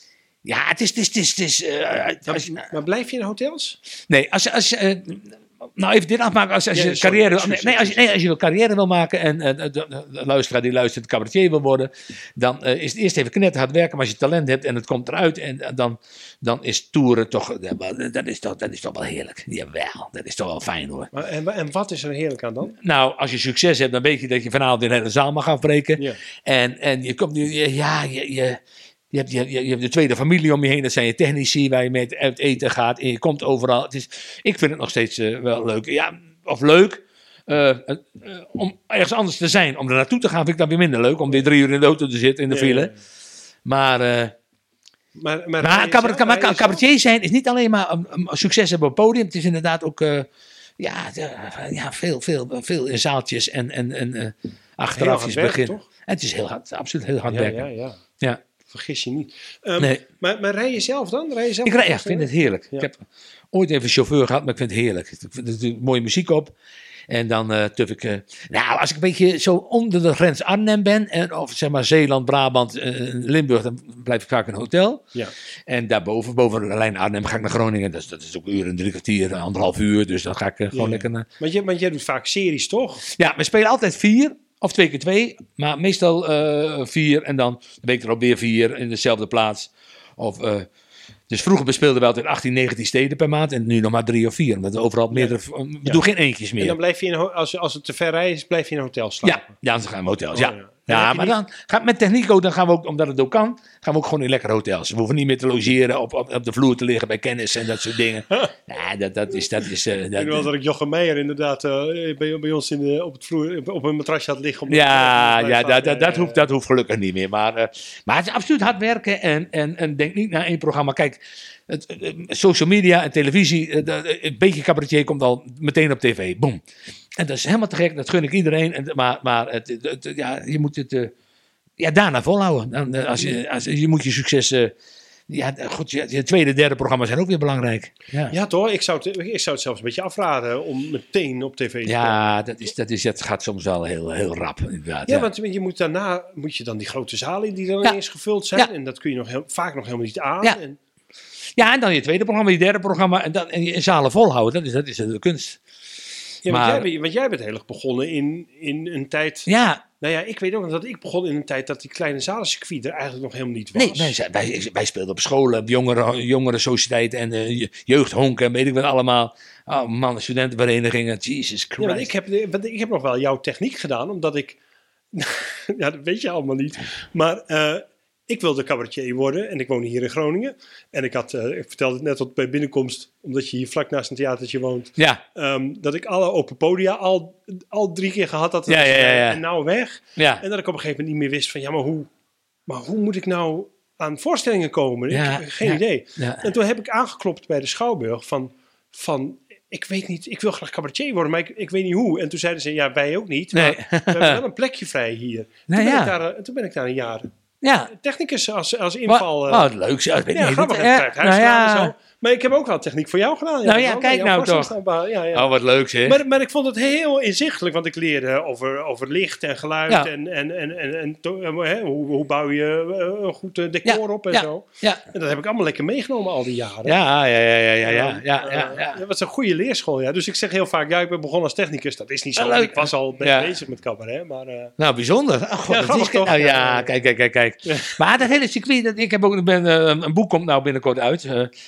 het is. Maar blijf je in hotels? Nee, Nou, even dit afmaken. Als je carrière wil carrière wil maken en de luisteraar die luistert, de cabaretier wil worden, dan is het eerst even knetterhard werken. Maar als je talent hebt en het komt eruit, en dan is toeren toch, dat is toch wel heerlijk. Jawel, dat is toch wel fijn hoor. En wat is er heerlijk aan dan? Nou, als je succes hebt, dan weet je dat je vanavond een hele zaal mag afbreken. Ja. En je komt nu, je hebt de tweede familie om je heen. Dat zijn je technici waar je mee uit eten gaat. En je komt overal. Ik vind het nog steeds wel leuk. Ja, of leuk. Om ergens anders te zijn. Om er naartoe te gaan vind ik dat weer minder leuk. Om weer 3 uur in de auto te zitten in de file. Ja. Maar cabaretier zijn is niet alleen maar succes hebben op het podium. Het is inderdaad ook veel in zaaltjes en achteraf beginnen. Het is heel hard, absoluut heel hard werken. Ja. Vergis je niet. Nee. Maar rij je zelf dan? Ik vind het heerlijk. Ja. Ik heb ooit even een chauffeur gehad, maar ik vind het heerlijk. Er zit mooie muziek op. En dan tuf ik... als ik een beetje zo onder de grens Arnhem ben, of zeg maar Zeeland, Brabant, Limburg, dan blijf ik vaak in een hotel. Ja. En daarboven, boven de lijn Arnhem, ga ik naar Groningen. Dat is ook een uur en 3 kwartier, 1,5 uur. Dus dan ga ik gewoon lekker naar... Want jij doet vaak series, toch? Ja, we spelen altijd 4... Of 2 keer 2, maar meestal 4 en dan de week erop weer 4 in dezelfde plaats. Dus vroeger bespeelden we altijd 18, 19 steden per maand en nu nog maar 3 of 4. Omdat we overal meerdere... We doen geen eentjes meer. En dan blijf je als het te ver rijdt, is, blijf je in een hotel slapen? Ja, dan gaan we hotels, Ja, maar dan gaat met techniek ook, dan gaan we ook, omdat het ook kan, gaan we ook gewoon in lekkere hotels. We hoeven niet meer te logeren, op de vloer te liggen bij kennis en dat soort dingen. Ja, dat is... Ik weet wel dat ik Jochem Meijer inderdaad bij ons op het vloer, op een matrasje had liggen. Dat hoeft gelukkig niet meer. Maar het is absoluut hard werken en denk niet naar 1 programma. Kijk, social media en televisie, een beetje cabaretier komt al meteen op tv. Boom. En dat is helemaal te gek, dat gun ik iedereen. Maar je moet het daarna volhouden. Je moet je succes... je tweede, derde programma zijn ook weer belangrijk. Ja toch? Ik zou het zelfs een beetje afraden om meteen op tv te komen. Ja, dat gaat soms wel heel, heel rap. Inderdaad, want je moet daarna dan die grote zalen in die dan ineens gevuld zijn. Ja. En dat kun je vaak nog helemaal niet aan. Ja, en dan je tweede programma, je derde programma. En je zalen volhouden, dat is de kunst. Ja, want jij bent heel erg begonnen in een tijd... Ja. Nou ja, ik weet ook nog dat ik begon in een tijd dat die kleine zalencircuit er eigenlijk nog helemaal niet was. Nee, wij speelden op scholen, op jongere sociëteit en jeugdhonken, weet ik wat allemaal. Oh man, studentenverenigingen, Jesus Christ. Ja, ik heb nog wel jouw techniek gedaan, omdat ik... ja, dat weet je allemaal niet. Maar... ik wilde cabaretier worden en ik woon hier in Groningen. En ik vertelde het net bij binnenkomst, omdat je hier vlak naast een theatertje woont. Ja. Dat ik alle open podia al 3 keer gehad had. En nou weg. Ja. En dat ik op een gegeven moment niet meer wist van, maar hoe moet ik nou aan voorstellingen komen? Ik heb geen idee. Ja. En toen heb ik aangeklopt bij de Schouwburg van ik weet niet, ik wil graag cabaretier worden, maar ik weet niet hoe. En toen zeiden ze, wij ook niet. Maar we hebben wel een plekje vrij hier. Toen ben ik daar een jaar... Ja. Technicus als inval. Leuk. Ja, grappig. En zo. Maar ik heb ook wel techniek voor jou gedaan. Kijk nou toch. Oh, wat leuk zeg. Maar ik vond het heel inzichtelijk, want ik leerde over licht en geluid en hoe bouw je een goed decor op en zo. Ja. En dat heb ik allemaal lekker meegenomen al die jaren. Dat was een goede leerschool, ja. Dus ik zeg heel vaak, ik ben begonnen als technicus. Dat is niet zo. Ik was al bezig met cabaret, maar... Nou, bijzonder. Grappig toch? Nou ja, kijk. Ja. Maar dat hele circuit, een boek komt nou binnenkort uit.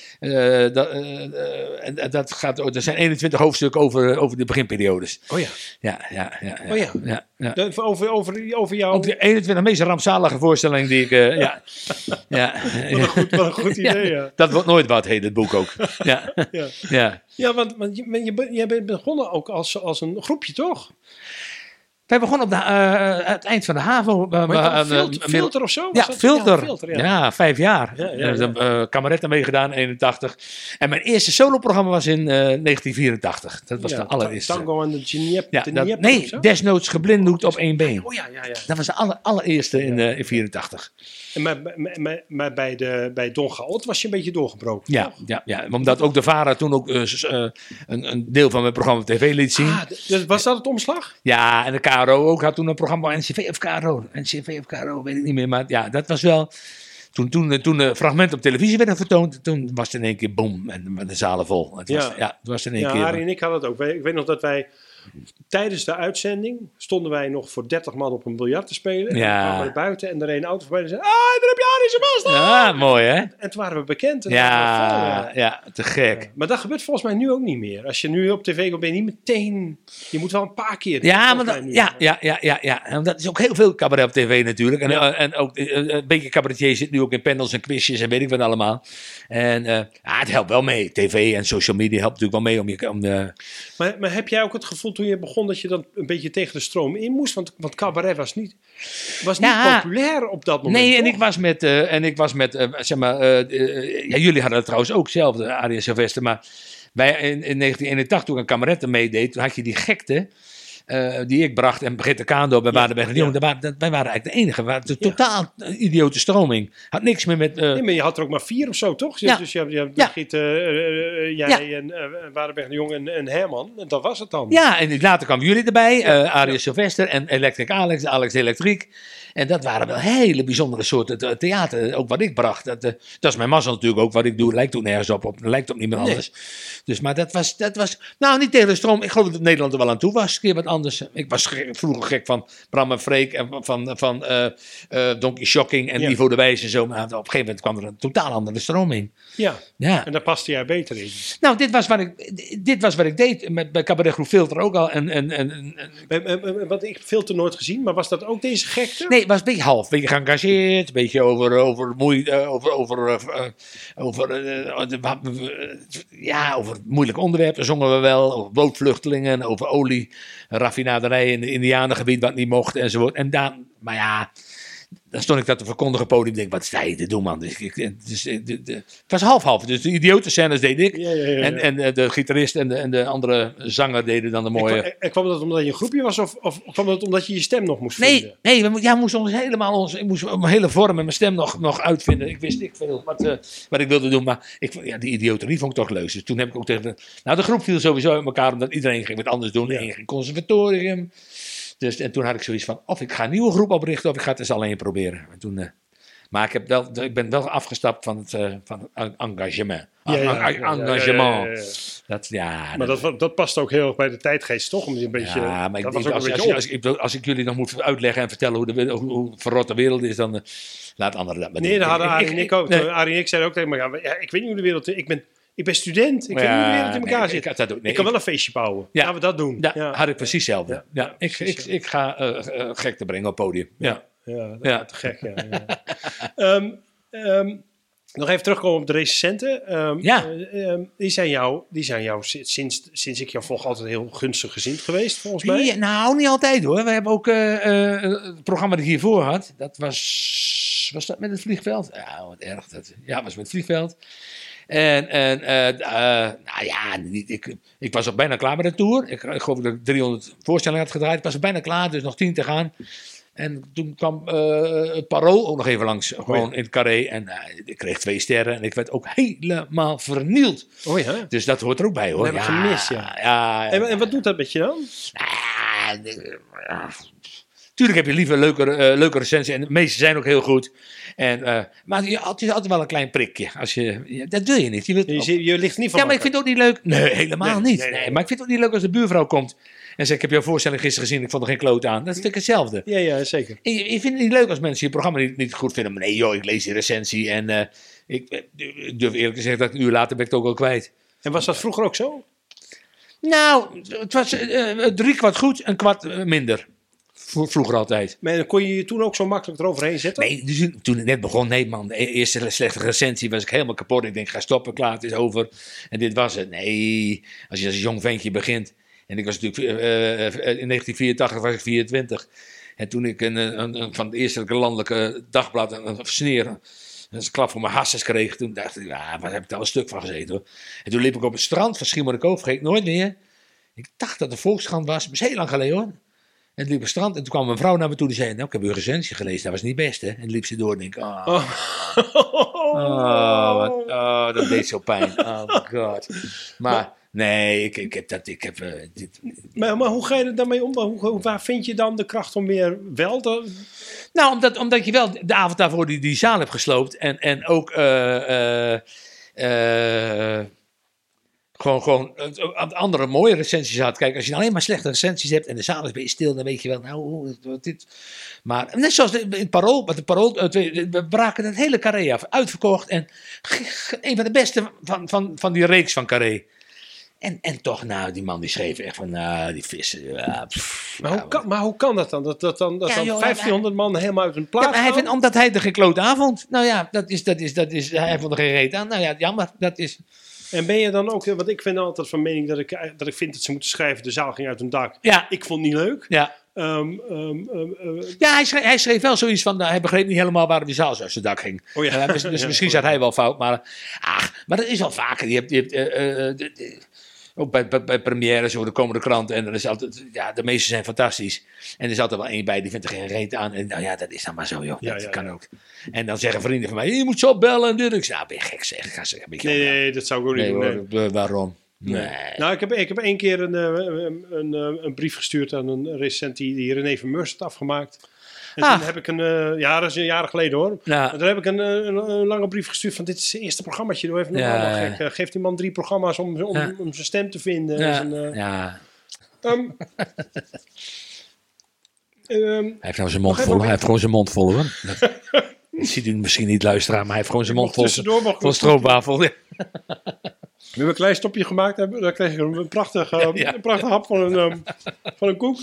Dat gaat, er zijn 21 hoofdstukken over de beginperiodes. Oh ja. Ja. Over jou. Ook de 21 meest rampzalige voorstellingen die ik... Wat een goed idee, ja. Dat wordt nooit wat, heet het boek ook. Ja, want jij bent begonnen ook als een groepje, toch? Wij begonnen op het eind van de HAVO. Filter of zo? Ja, Filter. Ja, 5 jaar. Kameretten meegedaan, 81. En mijn eerste soloprogramma was in 1984. Dat was de allereerste. Tango en de Djeniep. Nee, Desnoods geblinddoekt op 1 been. Oh ja. Dat was de allereerste in 84. Maar bij Don Chaot was je een beetje doorgebroken. Ja, omdat ook de VARA toen ook een deel van mijn programma op tv liet zien. Dus was dat het omslag? Ja, en de KRO ook had toen een programma, NCV of KRO, weet ik niet meer. Maar ja, dat was wel... toen fragmenten op televisie werden vertoond, toen was het in één keer boom en de zalen vol. Het was in één keer. Arie en ik hadden het ook. Ik weet nog dat wij tijdens de uitzending stonden wij nog voor 30 man op een biljart te spelen. En dan kwamen we buiten en er reed een auto voorbij en zei: daar heb je Arie Sebas. Ja, mooi hè? En toen waren we bekend. En Ja, te gek. Maar dat gebeurt volgens mij nu ook niet meer. Als je nu op tv komt, ben je niet meteen. Je moet wel een paar keer. Ja. En dat is ook heel veel cabaret op tv natuurlijk. En ook een beetje cabaretier zit nu ook in panels en quizjes en weet ik wat allemaal. En het helpt wel mee. TV en social media helpt natuurlijk wel mee Maar heb jij ook het gevoel toen je begon dat je dan een beetje tegen de stroom in moest? Want cabaret was niet populair op dat moment. Nee, toch? en ik was met jullie hadden het trouwens ook zelf, Arie en Sylvester, maar wij in 1981 toen ik een kameretten meedeed, toen had je die gekte die ik bracht en Brigitte Kaandorp bij Waardenberg de Jong. Wij waren eigenlijk de enige. We hadden totaal idiote stroming. Had niks meer met... Nee, maar je had er ook maar 4 of zo, toch? Dus je hebt Brigitte, jij en Waardenberg de Jong en Herman. En dat was het dan. Ja, en later kwamen jullie erbij. Arie Sylvester en Electric Alex Elektriek. En dat waren wel hele bijzondere soorten theater. Ook wat ik bracht. Dat is mijn mazzel natuurlijk ook. Wat ik doe lijkt ook nergens op. Lijkt op niemand anders. Dus, maar dat was... Nou, niet tegen de stroom. Ik geloof dat Nederland er wel aan toe was. Een keer wat anders. Ik was vroeger gek van Bram en Freek. En van Donkey Shocking. En Ivo de Wijs en zo. Maar op een gegeven moment kwam er een totaal andere stroming. Ja. En daar paste jij beter in. Nou, dit was wat ik deed. Bij Cabaret Groep Filter ook al. Want ik heb Filter nooit gezien. Maar was dat ook deze gekte? Nee, het was een beetje half. Een beetje geëngageerd. Een beetje over moeilijke onderwerpen zongen we wel. Over bootvluchtelingen, over olieraffinaderijen in het Indianengebied wat niet mocht enzovoort. En dan stond ik dat te verkondigen op het podium. Ik denk, wat sta je te doen, man? Het was half-half. Dus de idiote scènes deed ik. Ja. En de gitarist en de andere zanger deden dan de mooie... En kwam dat omdat je een groepje was? Of kwam dat omdat je je stem nog moest vinden? Nee, we moesten ons helemaal... Ik moest mijn hele vorm en mijn stem nog uitvinden. Ik wist niet veel wat ik wilde doen. Maar die idioterie vond ik toch leuk. Dus toen heb ik ook tegen... de groep viel sowieso uit elkaar. Omdat iedereen ging wat anders doen. Eén ging conservatorium. En toen had ik zoiets van, of ik ga een nieuwe groep oprichten, of ik ga het eens alleen proberen. En toen, maar ik ben wel afgestapt van het engagement. Engagement. Maar dat past ook heel erg bij de tijdgeest, toch? Om een beetje, maar als ik jullie nog moet uitleggen en vertellen hoe verrot de wereld is, dan laat anderen dat maar doen. Nee, dat hadden Arie en ik ook. Arie en ik zeiden ook tegen me, ik weet niet hoe de wereld... Ik ben student. Ik weet niet hoe de wereld in elkaar zit. Ik kan wel een feestje bouwen. Laten we dat doen. Ja, had ik precies hetzelfde. Ik ga gek te brengen op het podium. Te gek. Nog even terugkomen op de recensenten. Die zijn jou sinds ik jou volg altijd heel gunstig gezind geweest, volgens mij. Ja, nou, niet altijd hoor. We hebben ook het programma dat ik hiervoor had. Dat was dat met het vliegveld? Ja, wat erg. Was met het vliegveld. Ik was al bijna klaar met de tour. Ik geloof dat ik 300 voorstellingen had gedraaid. Ik was er bijna klaar, dus nog 10 te gaan. En toen kwam het Parool ook nog even langs, gewoon in het Carré. En ik kreeg 2 sterren en ik werd ook helemaal vernield. Dus dat hoort er ook bij hoor. Dat heb ik gemist, En wat doet dat met je dan? Tuurlijk heb je liever leuke recensies en de meeste zijn ook heel goed. Maar het is altijd wel een klein prikje. Dat wil je niet. Je ligt niet van. Ja, maar ik vind het ook niet leuk. Nee, helemaal niet. Nee, maar ik vind het ook niet leuk als de buurvrouw komt en zegt: ik heb jouw voorstelling gisteren gezien, ik vond er geen kloot aan. Dat vind ik hetzelfde. Ja, zeker. Je vindt het niet leuk als mensen je programma niet goed vinden. Maar nee joh, ik lees die recensie en ik durf eerlijk te zeggen dat een uur later ben ik het ook al kwijt. En was dat vroeger ook zo? Nou, het was 3/4 goed en 1/4 minder. Vroeger altijd. Maar kon je je toen ook zo makkelijk eroverheen zetten? Nee, dus toen ik net begon, nee man. De eerste slechte recensie was ik helemaal kapot. Ik denk, ga stoppen, klaar, het is over. En dit was het. Nee, als je als jong ventje begint. En ik was natuurlijk, in 1984 was ik 24. En toen ik van het eerste landelijke dagblad een sneer, een klap voor mijn hasses kreeg. Toen dacht ik, wat heb ik daar een stuk van gezeten hoor. En toen liep ik op het strand van Schiermonnikoog, vergeet ik nooit meer. Ik dacht dat de Volkskrant was, dat is heel lang geleden hoor. En het liep op het strand en toen kwam een vrouw naar me toe die zei: nou, ik heb uw recensie gelezen, dat was niet best hè. En dan liep ze door en denk ik, dat deed zo pijn. Oh my god. Maar nee, Maar hoe ga je er daarmee om? Waar vind je dan de kracht om weer wel te... Nou, omdat je wel de avond daarvoor die zaal hebt gesloopt. En ook gewoon andere mooie recensies had. Kijk, als je alleen maar slechte recensies hebt en de zaal is een beetje stil, dan weet je wel, nou, dit. Maar net zoals in het Parool, we braken het hele Carré af, uitverkocht. En een van de beste van die reeks van Carré. En toch, nou, die man die schreef echt van, die vissen. Maar hoe kan dat dan? Dat dan 1500 man helemaal uit hun plaats gaan? Omdat hij er geen klote avond. Nou ja, dat is, hij vond er geen reet aan. Nou ja, jammer, dat is... En ben je dan ook, want ik ben altijd van mening dat ik vind dat ze moeten schrijven, de zaal ging uit hun dak. Ja. Ik vond het niet leuk. Ja. Ja, hij schreef wel zoiets van, hij begreep niet helemaal waarom die zaal zo uit zijn dak ging. Oh ja. Dus misschien zat hij wel fout, maar dat is wel vaker. Je hebt ook bij premières, zo, de komende krant, en er is altijd, de meeste zijn fantastisch. En er is altijd wel één bij, die vindt er geen reet aan. En nou ja, dat is dan maar zo, joh. Dat kan ook. En dan zeggen vrienden van mij, je moet zo bellen en dit. Ik zeg, ben je gek zeg. Ik ga zeggen, een beetje nee, dat zou ik ook niet doen. Waarom? Nee. Nou, ik heb één keer een brief gestuurd aan een recensent die René van Meurs had afgemaakt. En toen heb ik dat is een jaar geleden hoor. Ja. En toen heb ik een lange brief gestuurd van, dit is het eerste programmaatje. Doe even normaal gek. Geeft die man 3 programma's om zijn stem te vinden. Ja. Hij heeft nou zijn mond vol. Hij heeft gewoon zijn mond vol hoor. Dat ziet u misschien niet luisteren, maar hij heeft gewoon zijn mond vol van stroopwafel. Ja. We hebben een klein stopje gemaakt. Dan kreeg ik een prachtig hap van een koek.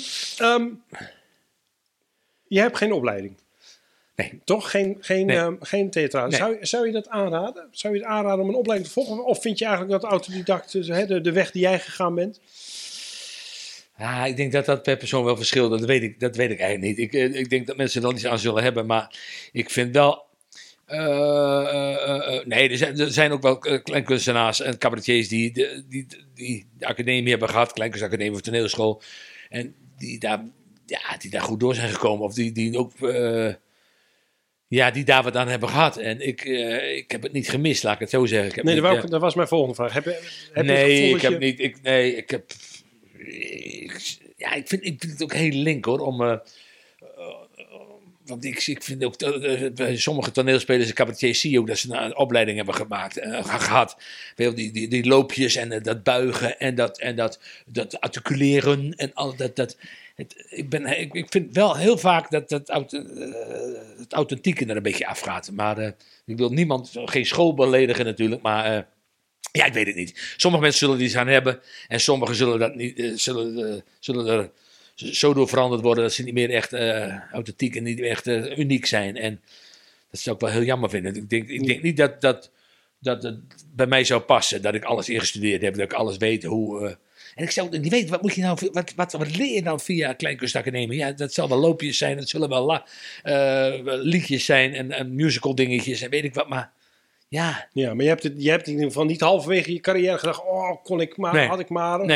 Je hebt geen opleiding. Nee. Toch? Geen theater. Nee. Zou je dat aanraden? Zou je het aanraden om een opleiding te volgen? Of vind je eigenlijk dat autodidact, de weg die jij gegaan bent? Ja, ik denk dat per persoon wel verschilt. Dat weet ik eigenlijk niet. Ik denk dat mensen er wel iets aan zullen hebben. Maar ik vind wel... er zijn ook wel kleinkunstenaars en cabaretiers die de academie hebben gehad. Kleinkunstacademie of toneelschool. En die daar goed door zijn gekomen. Of die ook... die daar wat aan hebben gehad. En ik heb het niet gemist, laat ik het zo zeggen. Dat was mijn volgende vraag. Ik vind het ook heel link hoor. Want ik vind ook bij sommige toneelspelers en cabaretiers zie je ook dat ze een opleiding hebben gehad. Die loopjes en dat buigen en dat articuleren en al dat. Ik vind wel heel vaak dat het authentieke er een beetje afgaat. Maar ik wil geen school beledigen natuurlijk, maar ik weet het niet. Sommige mensen zullen die iets aan hebben en sommigen zullen dat niet, zullen er zo door veranderd worden dat ze niet meer echt authentiek en niet echt uniek zijn. En dat zou ik wel heel jammer vinden. Ik denk niet dat het bij mij zou passen, dat ik alles ingestudeerd heb, dat ik alles weet hoe... En ik zou niet weten, wat leer je nou via Kleinkunstacademie? Ja, dat zal wel loopjes zijn, dat zullen wel liedjes zijn en musical dingetjes en weet ik wat, maar ja. Ja, maar je hebt in ieder geval niet halverwege je carrière gedacht, kon ik maar, had ik maar.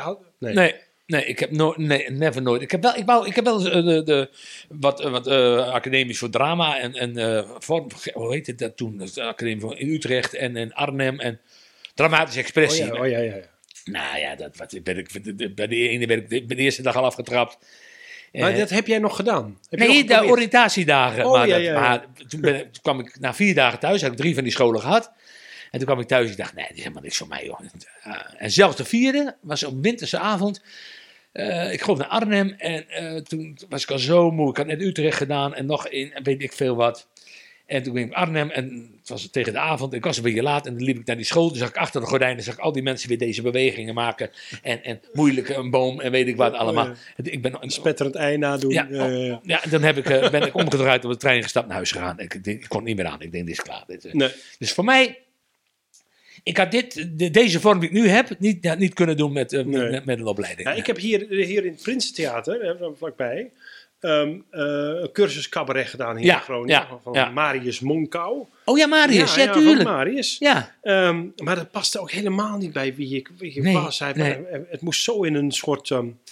Nee, ik heb never nooit. Ik heb wel wat academies voor drama en vorm, hoe heette dat toen? De academie in Utrecht en in Arnhem en dramatische expressie. Oh ja. Nou ja, bij de ene ben ik de eerste dag al afgetrapt. Maar dat heb jij nog gedaan? De oriëntatiedagen. Maar toen kwam ik na 4 dagen thuis, had ik 3 van die scholen gehad. En toen kwam ik thuis en ik dacht, nee, dit is helemaal niks voor mij, joh. En zelfs de 4e was op winterse avond. Ik ging naar Arnhem en toen was ik al zo moe. Ik had net Utrecht gedaan en nog in en weet ik veel wat. En toen ging ik naar Arnhem en het was tegen de avond. Ik was een beetje laat en dan liep ik naar die school. Toen zag ik achter de gordijnen zag ik al die mensen weer deze bewegingen maken. En moeilijke een boom en weet ik wat allemaal. Ja. Ik ben een spetterend ei nadoen. Ja, en dan ben ik omgedraaid op de trein gestapt naar huis gegaan. Ik kon niet meer aan. Ik denk, dit is klaar. Dus voor mij... Ik had deze vorm die ik nu heb niet kunnen doen met een opleiding. Ja, ik heb hier in het Prinsentheater, vlakbij, een cursus cabaret gedaan hier in Groningen. Van Marius Monkau. Oh ja, Marius. Ja, tuurlijk. Marius. Ja. Maar dat paste ook helemaal niet bij wie ik was. Het moest zo in een soort...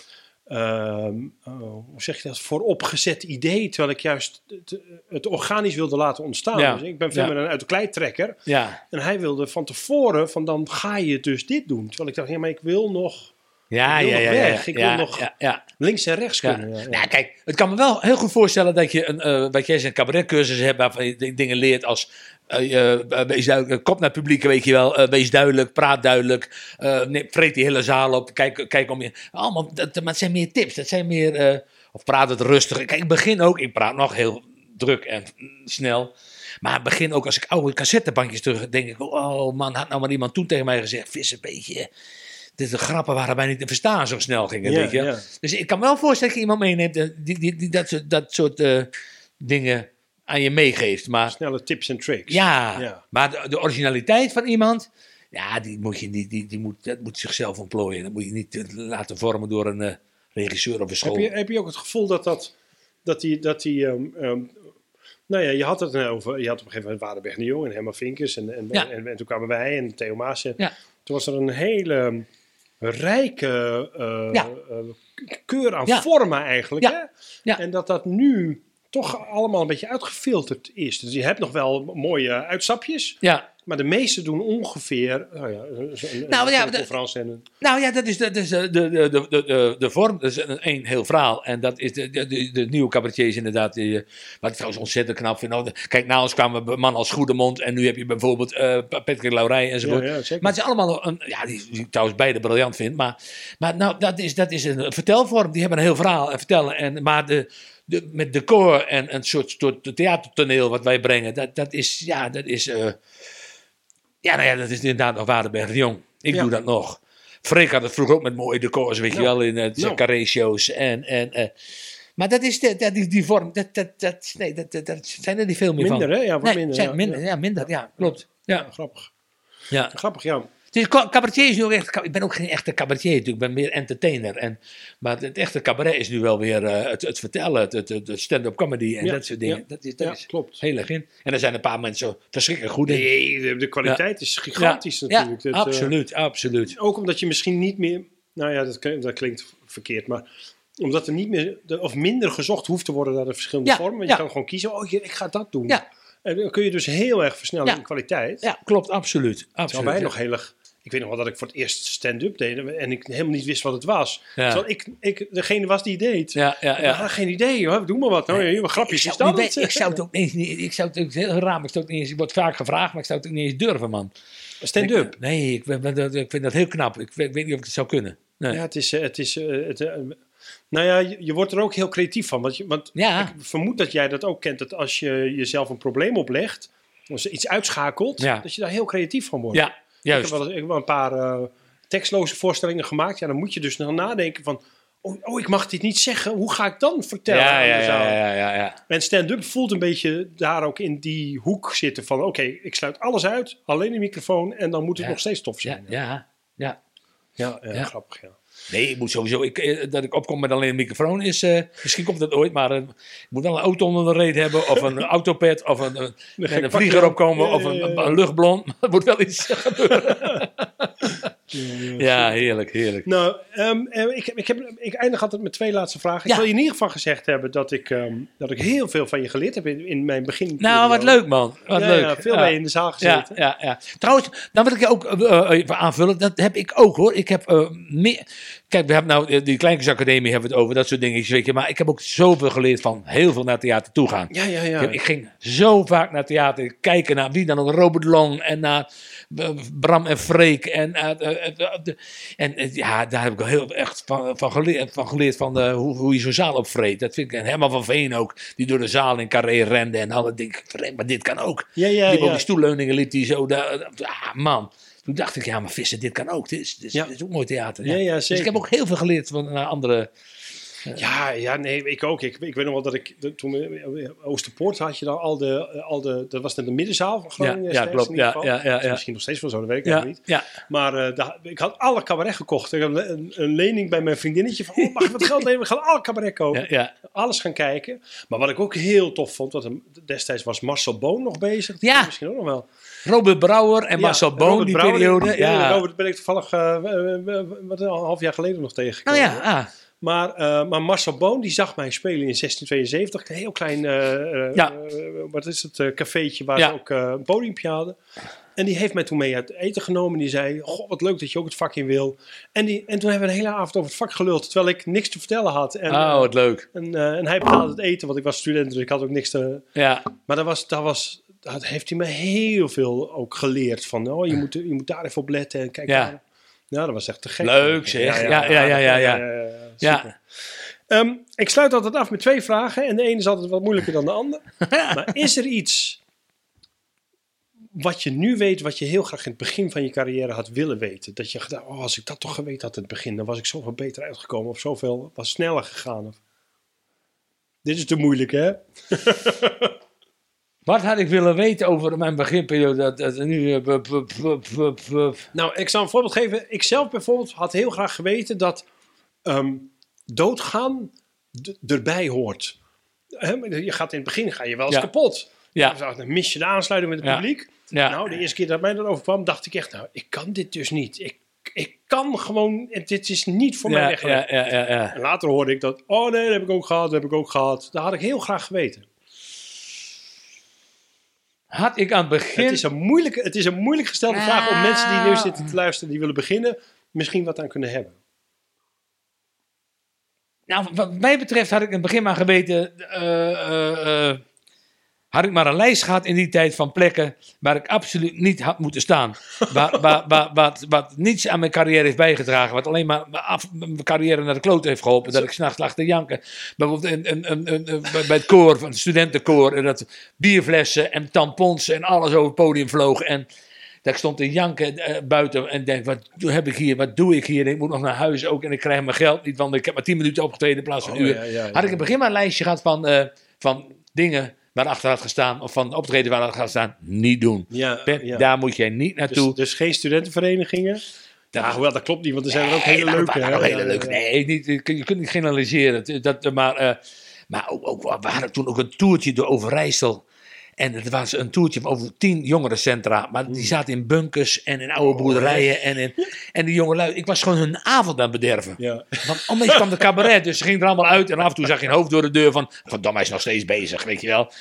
hoe zeg je dat? Vooropgezet idee, terwijl ik juist het organisch wilde laten ontstaan. Ja. Dus ik ben veel meer uit de kleitrekker. Ja. En hij wilde van tevoren, dan ga je dus dit doen. Terwijl ik dacht, maar ik wil nog Ja. Ik wil nog links en rechts kunnen. Ja. Nou, kijk, het kan me wel heel goed voorstellen dat je wat jij een cabaretcursus hebt waarvan je dingen leert als wees duidelijk, kop naar het publiek, weet je wel. Wees duidelijk, praat duidelijk. Vreet die hele zaal op. Kijk om je. Allemaal, maar het zijn meer tips. Dat zijn meer. Of praat het rustig. Kijk, ik praat nog heel druk en snel. Maar het begin ook als ik oude cassettebandjes terug denk ik, oh man, had nou maar iemand toen tegen mij gezegd, vis een beetje. De grappen waren bijna niet te verstaan zo snel gingen, weet je. Ja. Dus ik kan me wel voorstellen dat je iemand meeneemt die dat soort dingen aan je meegeeft. Maar, snelle tips en tricks. Ja. Maar de originaliteit van iemand, ja, dat moet zichzelf ontplooien. Dat moet je niet laten vormen door een regisseur of een school. Heb je ook het gevoel dat die nou ja, je had het over, je had op een gegeven moment Waardenberg de Jong en Herman Vinkers en toen kwamen wij en Theo Maassen. Ja. Toen was er een hele rijke keur aan vormen eigenlijk. Ja. Hè? Ja. En dat nu toch allemaal een beetje uitgefilterd is. Dus je hebt nog wel mooie uitstapjes. Ja. Maar de meesten doen ongeveer een conferentie. Dat is de vorm. Dat is een heel verhaal. En dat is de nieuwe cabaretiers inderdaad. Wat ik trouwens ontzettend knap vind. Kijk, na ons kwamen man als Goedemond. En nu heb je bijvoorbeeld Patrick Laurij enzovoort. Ja, maar het is allemaal die ik trouwens beide briljant vind. Maar dat is een vertelvorm. Die hebben een heel verhaal en vertellen. Maar met decor en een soort theatertoneel wat wij brengen. Dat is inderdaad nog Waardenberg de Jong. Ik doe dat nog. Freek had het vroeger ook met mooie decors, weet je wel, in carré-shows. Maar dat is die vorm, dat zijn er niet veel meer minder, van. Hè? Ja, wat minder. Minder, ja, klopt. Ja. Grappig. Ja. Grappig, ja. Dus cabaretier is nu echt. Ik ben ook geen echte cabaretier natuurlijk. Ik ben meer entertainer. Maar het echte cabaret is nu wel weer het vertellen. Het stand-up comedy en dat soort dingen. Dat is klopt. Heel erg in. En er zijn een paar mensen verschrikkelijk goed in. Nee, de kwaliteit is gigantisch natuurlijk. Ja, absoluut. Ook omdat je misschien niet meer. Nou ja, dat klinkt verkeerd. Maar omdat er niet meer of minder gezocht hoeft te worden naar de verschillende vormen. Want je kan gewoon kiezen. Ik ga dat doen. Ja. En dan kun je dus heel erg versnellen in kwaliteit. Ja, klopt. Absoluut. Terwijl wij nog heel erg. Ik weet nog wel dat ik voor het eerst stand-up deed en ik helemaal niet wist wat het was. Ja. Terwijl ik degene was die deed. Ja. Ik had geen idee, hoor. Doe maar wat. Nou, wat grapjes is dat? Ik zou het ook niet eens, heel raar, maar ik word vaak gevraagd, maar ik zou het ook niet eens durven, man. Stand-up? Nee, ik vind dat heel knap. Ik weet niet of ik het zou kunnen. Nee. Ja, nou ja, je wordt er ook heel creatief van. Want ik vermoed dat jij dat ook kent, dat als je jezelf een probleem oplegt, als je iets uitschakelt, dat je daar heel creatief van wordt. Ja. Juist. Ik heb wel een paar tekstloze voorstellingen gemaakt. Ja, dan moet je dus nog nadenken van, ik mag dit niet zeggen. Hoe ga ik dan vertellen? Ja. En stand-up voelt een beetje daar ook in die hoek zitten van, oké, ik sluit alles uit, alleen de microfoon en dan moet het nog steeds tof zijn. Ja, grappig, ja. Nee, ik moet sowieso. Dat ik opkom met alleen een microfoon is. Misschien komt dat ooit, maar ik moet wel een auto onder de reet hebben. Of een autopad. Of met een vlieger opkomen. Of een luchtballon. Er moet wel iets gebeuren. Ja, heerlijk. Nou, ik eindig altijd met 2 laatste vragen. Ik wil je in ieder geval gezegd hebben dat ik heel veel van je geleerd heb in mijn begin. Nou, wat leuk, man. Wat leuk. Ja, veel mee in de zaal gezeten. Ja. Trouwens, dan wil ik je ook even aanvullen. Dat heb ik ook, hoor. Ik heb meer. Kijk, we hebben nou die Kleinkunstacademie hebben we het over, dat soort dingetjes, weet je. Maar ik heb ook zoveel geleerd van heel veel naar theater toe gaan. Ja. Ik ging zo vaak naar theater kijken naar wie dan ook, Robert Long en naar Bram en Freek. En daar heb ik wel heel echt van geleerd van hoe je zo'n zaal opvreet. Dat vind ik, en Herman van Veen ook, die door de zaal in Carré rende en alle denk ik, maar dit kan ook. Die ook die stoelleuningen liet die zo, man. Toen dacht ik, maar vissen, dit kan ook. Dit is ook mooi theater. Ja. Ja, zeker. Dus ik heb ook heel veel geleerd van andere. Nee, ik ook. Ik weet nog wel dat ik toen Oosterpoort had je dan al de dat was net de middenzaal van Groningen. Ja, klopt. Ja. Misschien nog steeds wel zo, dat weet ik nog niet. Ja. Maar ik had alle cabaret gekocht. Ik had een lening bij mijn vriendinnetje van, mag ik wat geld nemen? We gaan alle cabaret kopen. Ja. Alles gaan kijken. Maar wat ik ook heel tof vond, destijds was Marcel Boon nog bezig. Ja. Misschien ook nog wel. Robert Brouwer en Marcel Boon, die periode. Ja, Robert ben ik toevallig een half jaar geleden nog tegengekomen. Maar Marcel Boon, die zag mij spelen in 1672. Een heel klein, wat is het, cafeetje waar ze ook een podiumpje hadden. En die heeft mij toen mee uit eten genomen. Die zei, goh, wat leuk dat je ook het vak in wil. En toen hebben we een hele avond over het vak geluld. Terwijl ik niks te vertellen had. En, wat leuk. En hij betaalde het eten, want ik was student. Dus ik had ook niks te... Ja. Maar dat heeft hij me heel veel ook geleerd. Van, je moet daar even op letten. En kijk daar. Ja, dat was echt te gek. Leuk zeg. Ja. Ik sluit altijd af met 2 vragen. En de ene is altijd wat moeilijker dan de ander. Maar is er iets wat je nu weet, wat je heel graag in het begin van je carrière had willen weten? Dat je gedacht, als ik dat toch geweten had in het begin, dan was ik zoveel beter uitgekomen. Of zoveel was sneller gegaan. Of... Dit is te moeilijk, hè? Wat had ik willen weten over mijn beginperiode? Nou, ik zal een voorbeeld geven. Ik zelf bijvoorbeeld had heel graag geweten dat doodgaan erbij hoort. Je gaat in het begin wel eens kapot. Ja. Dan mis je de aansluiting met het publiek. Ja. Nou, de eerste keer dat mij dat overkwam, dacht ik echt, ik kan dit dus niet. Ik kan gewoon, dit is niet voor mij weggelegd. Ja. En later hoorde ik dat, dat heb ik ook gehad. Dat had ik heel graag geweten. Had ik aan het begin... Het is een moeilijk gestelde vraag om mensen die nu zitten te luisteren, die willen beginnen, misschien wat aan kunnen hebben. Nou, wat mij betreft had ik in het begin maar geweten... had ik maar een lijst gehad in die tijd van plekken waar ik absoluut niet had moeten staan. Wat niets aan mijn carrière heeft bijgedragen. Wat alleen maar mijn carrière naar de kloot heeft geholpen. Dat ik 's nachts lag te janken. Bijvoorbeeld bij het koor, van het studentenkoor. En dat bierflessen en tampons en alles over het podium vlogen. En dat ik stond te janken buiten en denk, wat doe ik hier? Ik moet nog naar huis ook en ik krijg mijn geld niet. Want ik heb maar 10 minuten opgetreden in plaats van een uur. Had ik in het begin maar een lijstje gehad van dingen... waarachter had gestaan, of van optreden waar had gestaan, niet doen. Daar moet jij niet naartoe. Dus geen studentenverenigingen? Hoewel, dat klopt niet, want er zijn er ook hele leuke. Nee, je kunt niet generaliseren. Maar we hadden toen ook een toertje door Overijssel. En het was een toertje over 10 jongerencentra. Maar die zaten in bunkers en in oude boerderijen. En die jongelui, ik was gewoon hun avond aan het bederven. Ja. Want opeens kwam de cabaret, dus ze gingen er allemaal uit. En af en toe zag je een hoofd door de deur van hij is nog steeds bezig, weet je wel.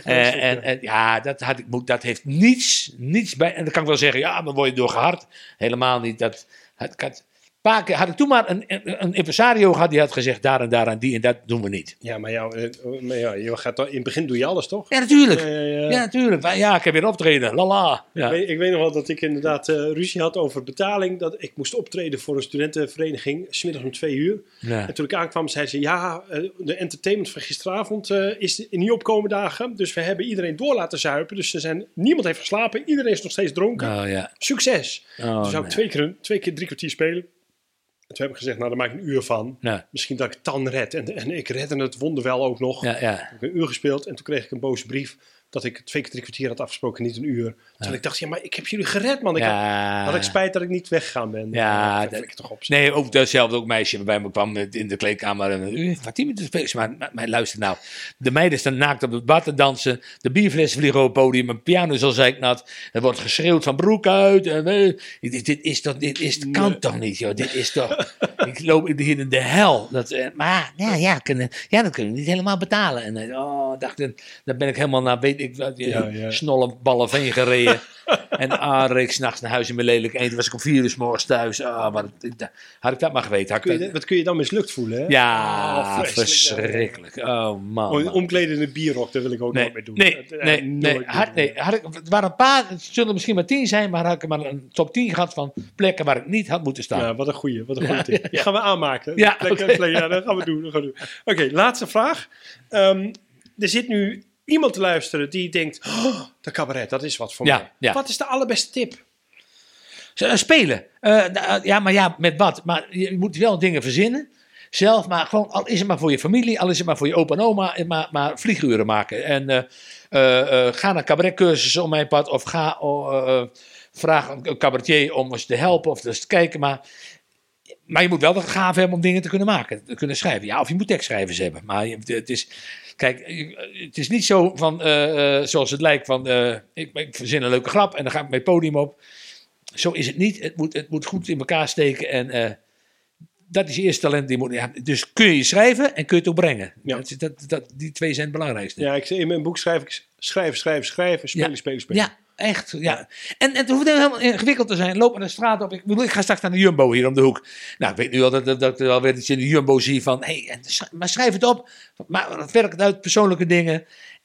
Dat heeft niets bij. En dan kan ik wel zeggen, dan word je door gehard. Helemaal niet. Een paar keer had ik toen maar een impresario gehad die had gezegd daar en daar en die en dat doen we niet. Ja, maar je gaat in het begin doe je alles, toch? Ja, natuurlijk. Ja, natuurlijk. Ja, ik heb weer optreden. Lala. Ja. Ik weet nog wel dat ik inderdaad ruzie had over betaling. Dat ik moest optreden voor een studentenvereniging, 's middags om 2 uur. Ja. En toen ik aankwam, zei ze, de entertainment van gisteravond is niet opkomen dagen. Dus we hebben iedereen door laten zuipen. Dus niemand heeft geslapen. Iedereen is nog steeds dronken. Oh, ja. Succes. Dus zou ik 2 keer 3 kwartier spelen. En toen heb ik gezegd, daar maak ik een uur van. Ja. Misschien dat ik het dan red. En ik redde het wonderwel ook nog. Ja. Ik heb een uur gespeeld en toen kreeg ik een boze brief dat ik 2 keer 3 kwartier had afgesproken, niet een uur. Toen ik dacht, maar ik heb jullie gered, man. Had ik spijt dat ik niet weggegaan ben. Ja, dat ik toch op. Nee, ook datzelfde ook meisje bij me kwam in de kleedkamer. En wat 10 minuten spelen. Maar luister nou. De meiden staan naakt op het bad te dansen. De bierflessen vliegen op het podium. Mijn piano is al zeiknat. Er wordt geschreeuwd van broek uit. Dit kan toch niet, joh. Dit is toch... ik loop hier in de hel. Dat kunnen we niet helemaal betalen. En dan ben ik helemaal naar snollenballen veen gereden. En reed ik 's nachts naar huis in mijn lelijk eend. Was ik om 4 uur 's morgens thuis. Had ik dat maar geweten. Wat kun je dan mislukt voelen, hè? Ja, verschrikkelijk. Oh, man. Omkleden in een bierrok, dat wil ik ook nooit meer doen. Nee. Het waren een paar, het zullen misschien maar 10 zijn, maar had ik maar een top 10 gehad van plekken waar ik niet had moeten staan. Ja, wat een goeie tip. Die gaan we aanmaken. Dat gaan we doen. Oké, laatste vraag. Er zit nu iemand te luisteren die denkt, de cabaret, dat is wat voor mij. Ja. Wat is de allerbeste tip? Spelen. Met wat? Maar je moet wel dingen verzinnen. Zelf, maar gewoon, al is het maar voor je familie, al is het maar voor je opa en oma, maar vlieguren maken. En ga naar cabaretcursussen om mijn pad, of vraag een cabaretier om eens te helpen of eens te kijken. Maar je moet wel de gave hebben om dingen te kunnen maken, te kunnen schrijven. Ja, of je moet tekstschrijvers hebben. Maar het is niet zo van, zoals het lijkt van, ik verzin een leuke grap en dan ga ik mijn podium op. Zo is het niet. Het moet goed in elkaar steken en dat is je eerste talent. Dus kun je schrijven en kun je het ook brengen. Ja. Die 2 zijn het belangrijkste. Ja, in mijn boek schrijf ik schrijven, spelen. Ja. Echt, ja. En het hoeft helemaal ingewikkeld te zijn. Loop maar de straat op. Ik ga straks naar de Jumbo hier om de hoek. Nou, ik weet nu al dat ik wel weer iets in de Jumbo zie van... maar schrijf het op. Maar werk het uit, persoonlijke dingen.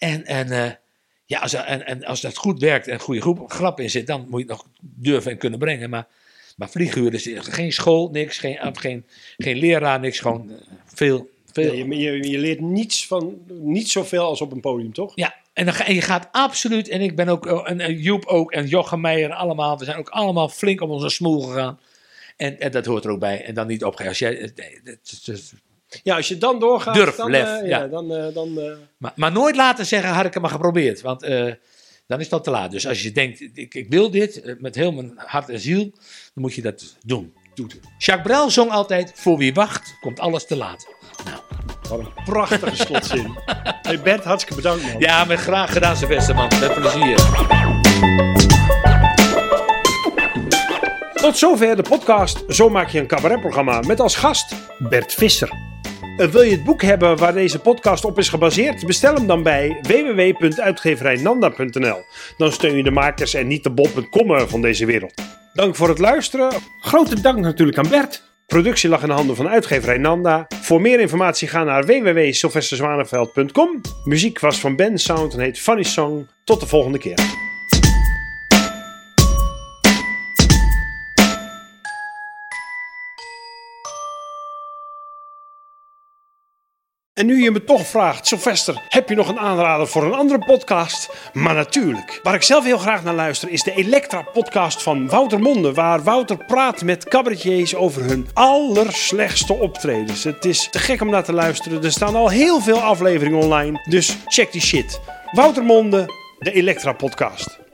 Als dat goed werkt en een goede grap in zit... dan moet je het nog durven en kunnen brengen. Maar vlieguur, dus geen school, niks. Geen leraar, niks. Gewoon veel... Je leert niet zoveel als op een podium, toch? Ja, en je gaat absoluut, en ik ben ook, en Joep ook, en Jochem Meijer allemaal, we zijn ook allemaal flink op onze smoel gegaan. En dat hoort er ook bij. En dan niet opgeven. Als je dan doorgaat, durf, dan, lef, ja. Maar nooit laten zeggen, had ik het maar geprobeerd. Want dan is het al te laat. Dus als je denkt, ik wil dit, met heel mijn hart en ziel, dan moet je dat doen. Jacques Brel zong altijd, voor wie wacht, komt alles te laat. Nou, wat een prachtige slotzin. Hey Bert, hartstikke bedankt, man. Ja, met graag gedaan, zijn beste man. Met plezier. Tot zover de podcast Zo maak je een cabaretprogramma met als gast Bert Visser. Wil je het boek hebben waar deze podcast op is gebaseerd? Bestel hem dan bij www.uitgeverijnanda.nl. Dan steun je de makers en niet de bol.com van deze wereld. Dank voor het luisteren. Grote dank natuurlijk aan Bert. Productie lag in de handen van uitgeverij Nanda. Voor meer informatie ga naar www.sylvesterzwaneveld.com. Muziek was van Ben Sound en heet Funny Song. Tot de volgende keer. En nu je me toch vraagt, Sylvester, heb je nog een aanrader voor een andere podcast? Maar natuurlijk. Waar ik zelf heel graag naar luister is de Elektra-podcast van Wouter Monde. Waar Wouter praat met cabaretiers over hun allerslechtste optredens. Het is te gek om naar te luisteren. Er staan al heel veel afleveringen online. Dus check die shit. Wouter Monde, de Elektra-podcast.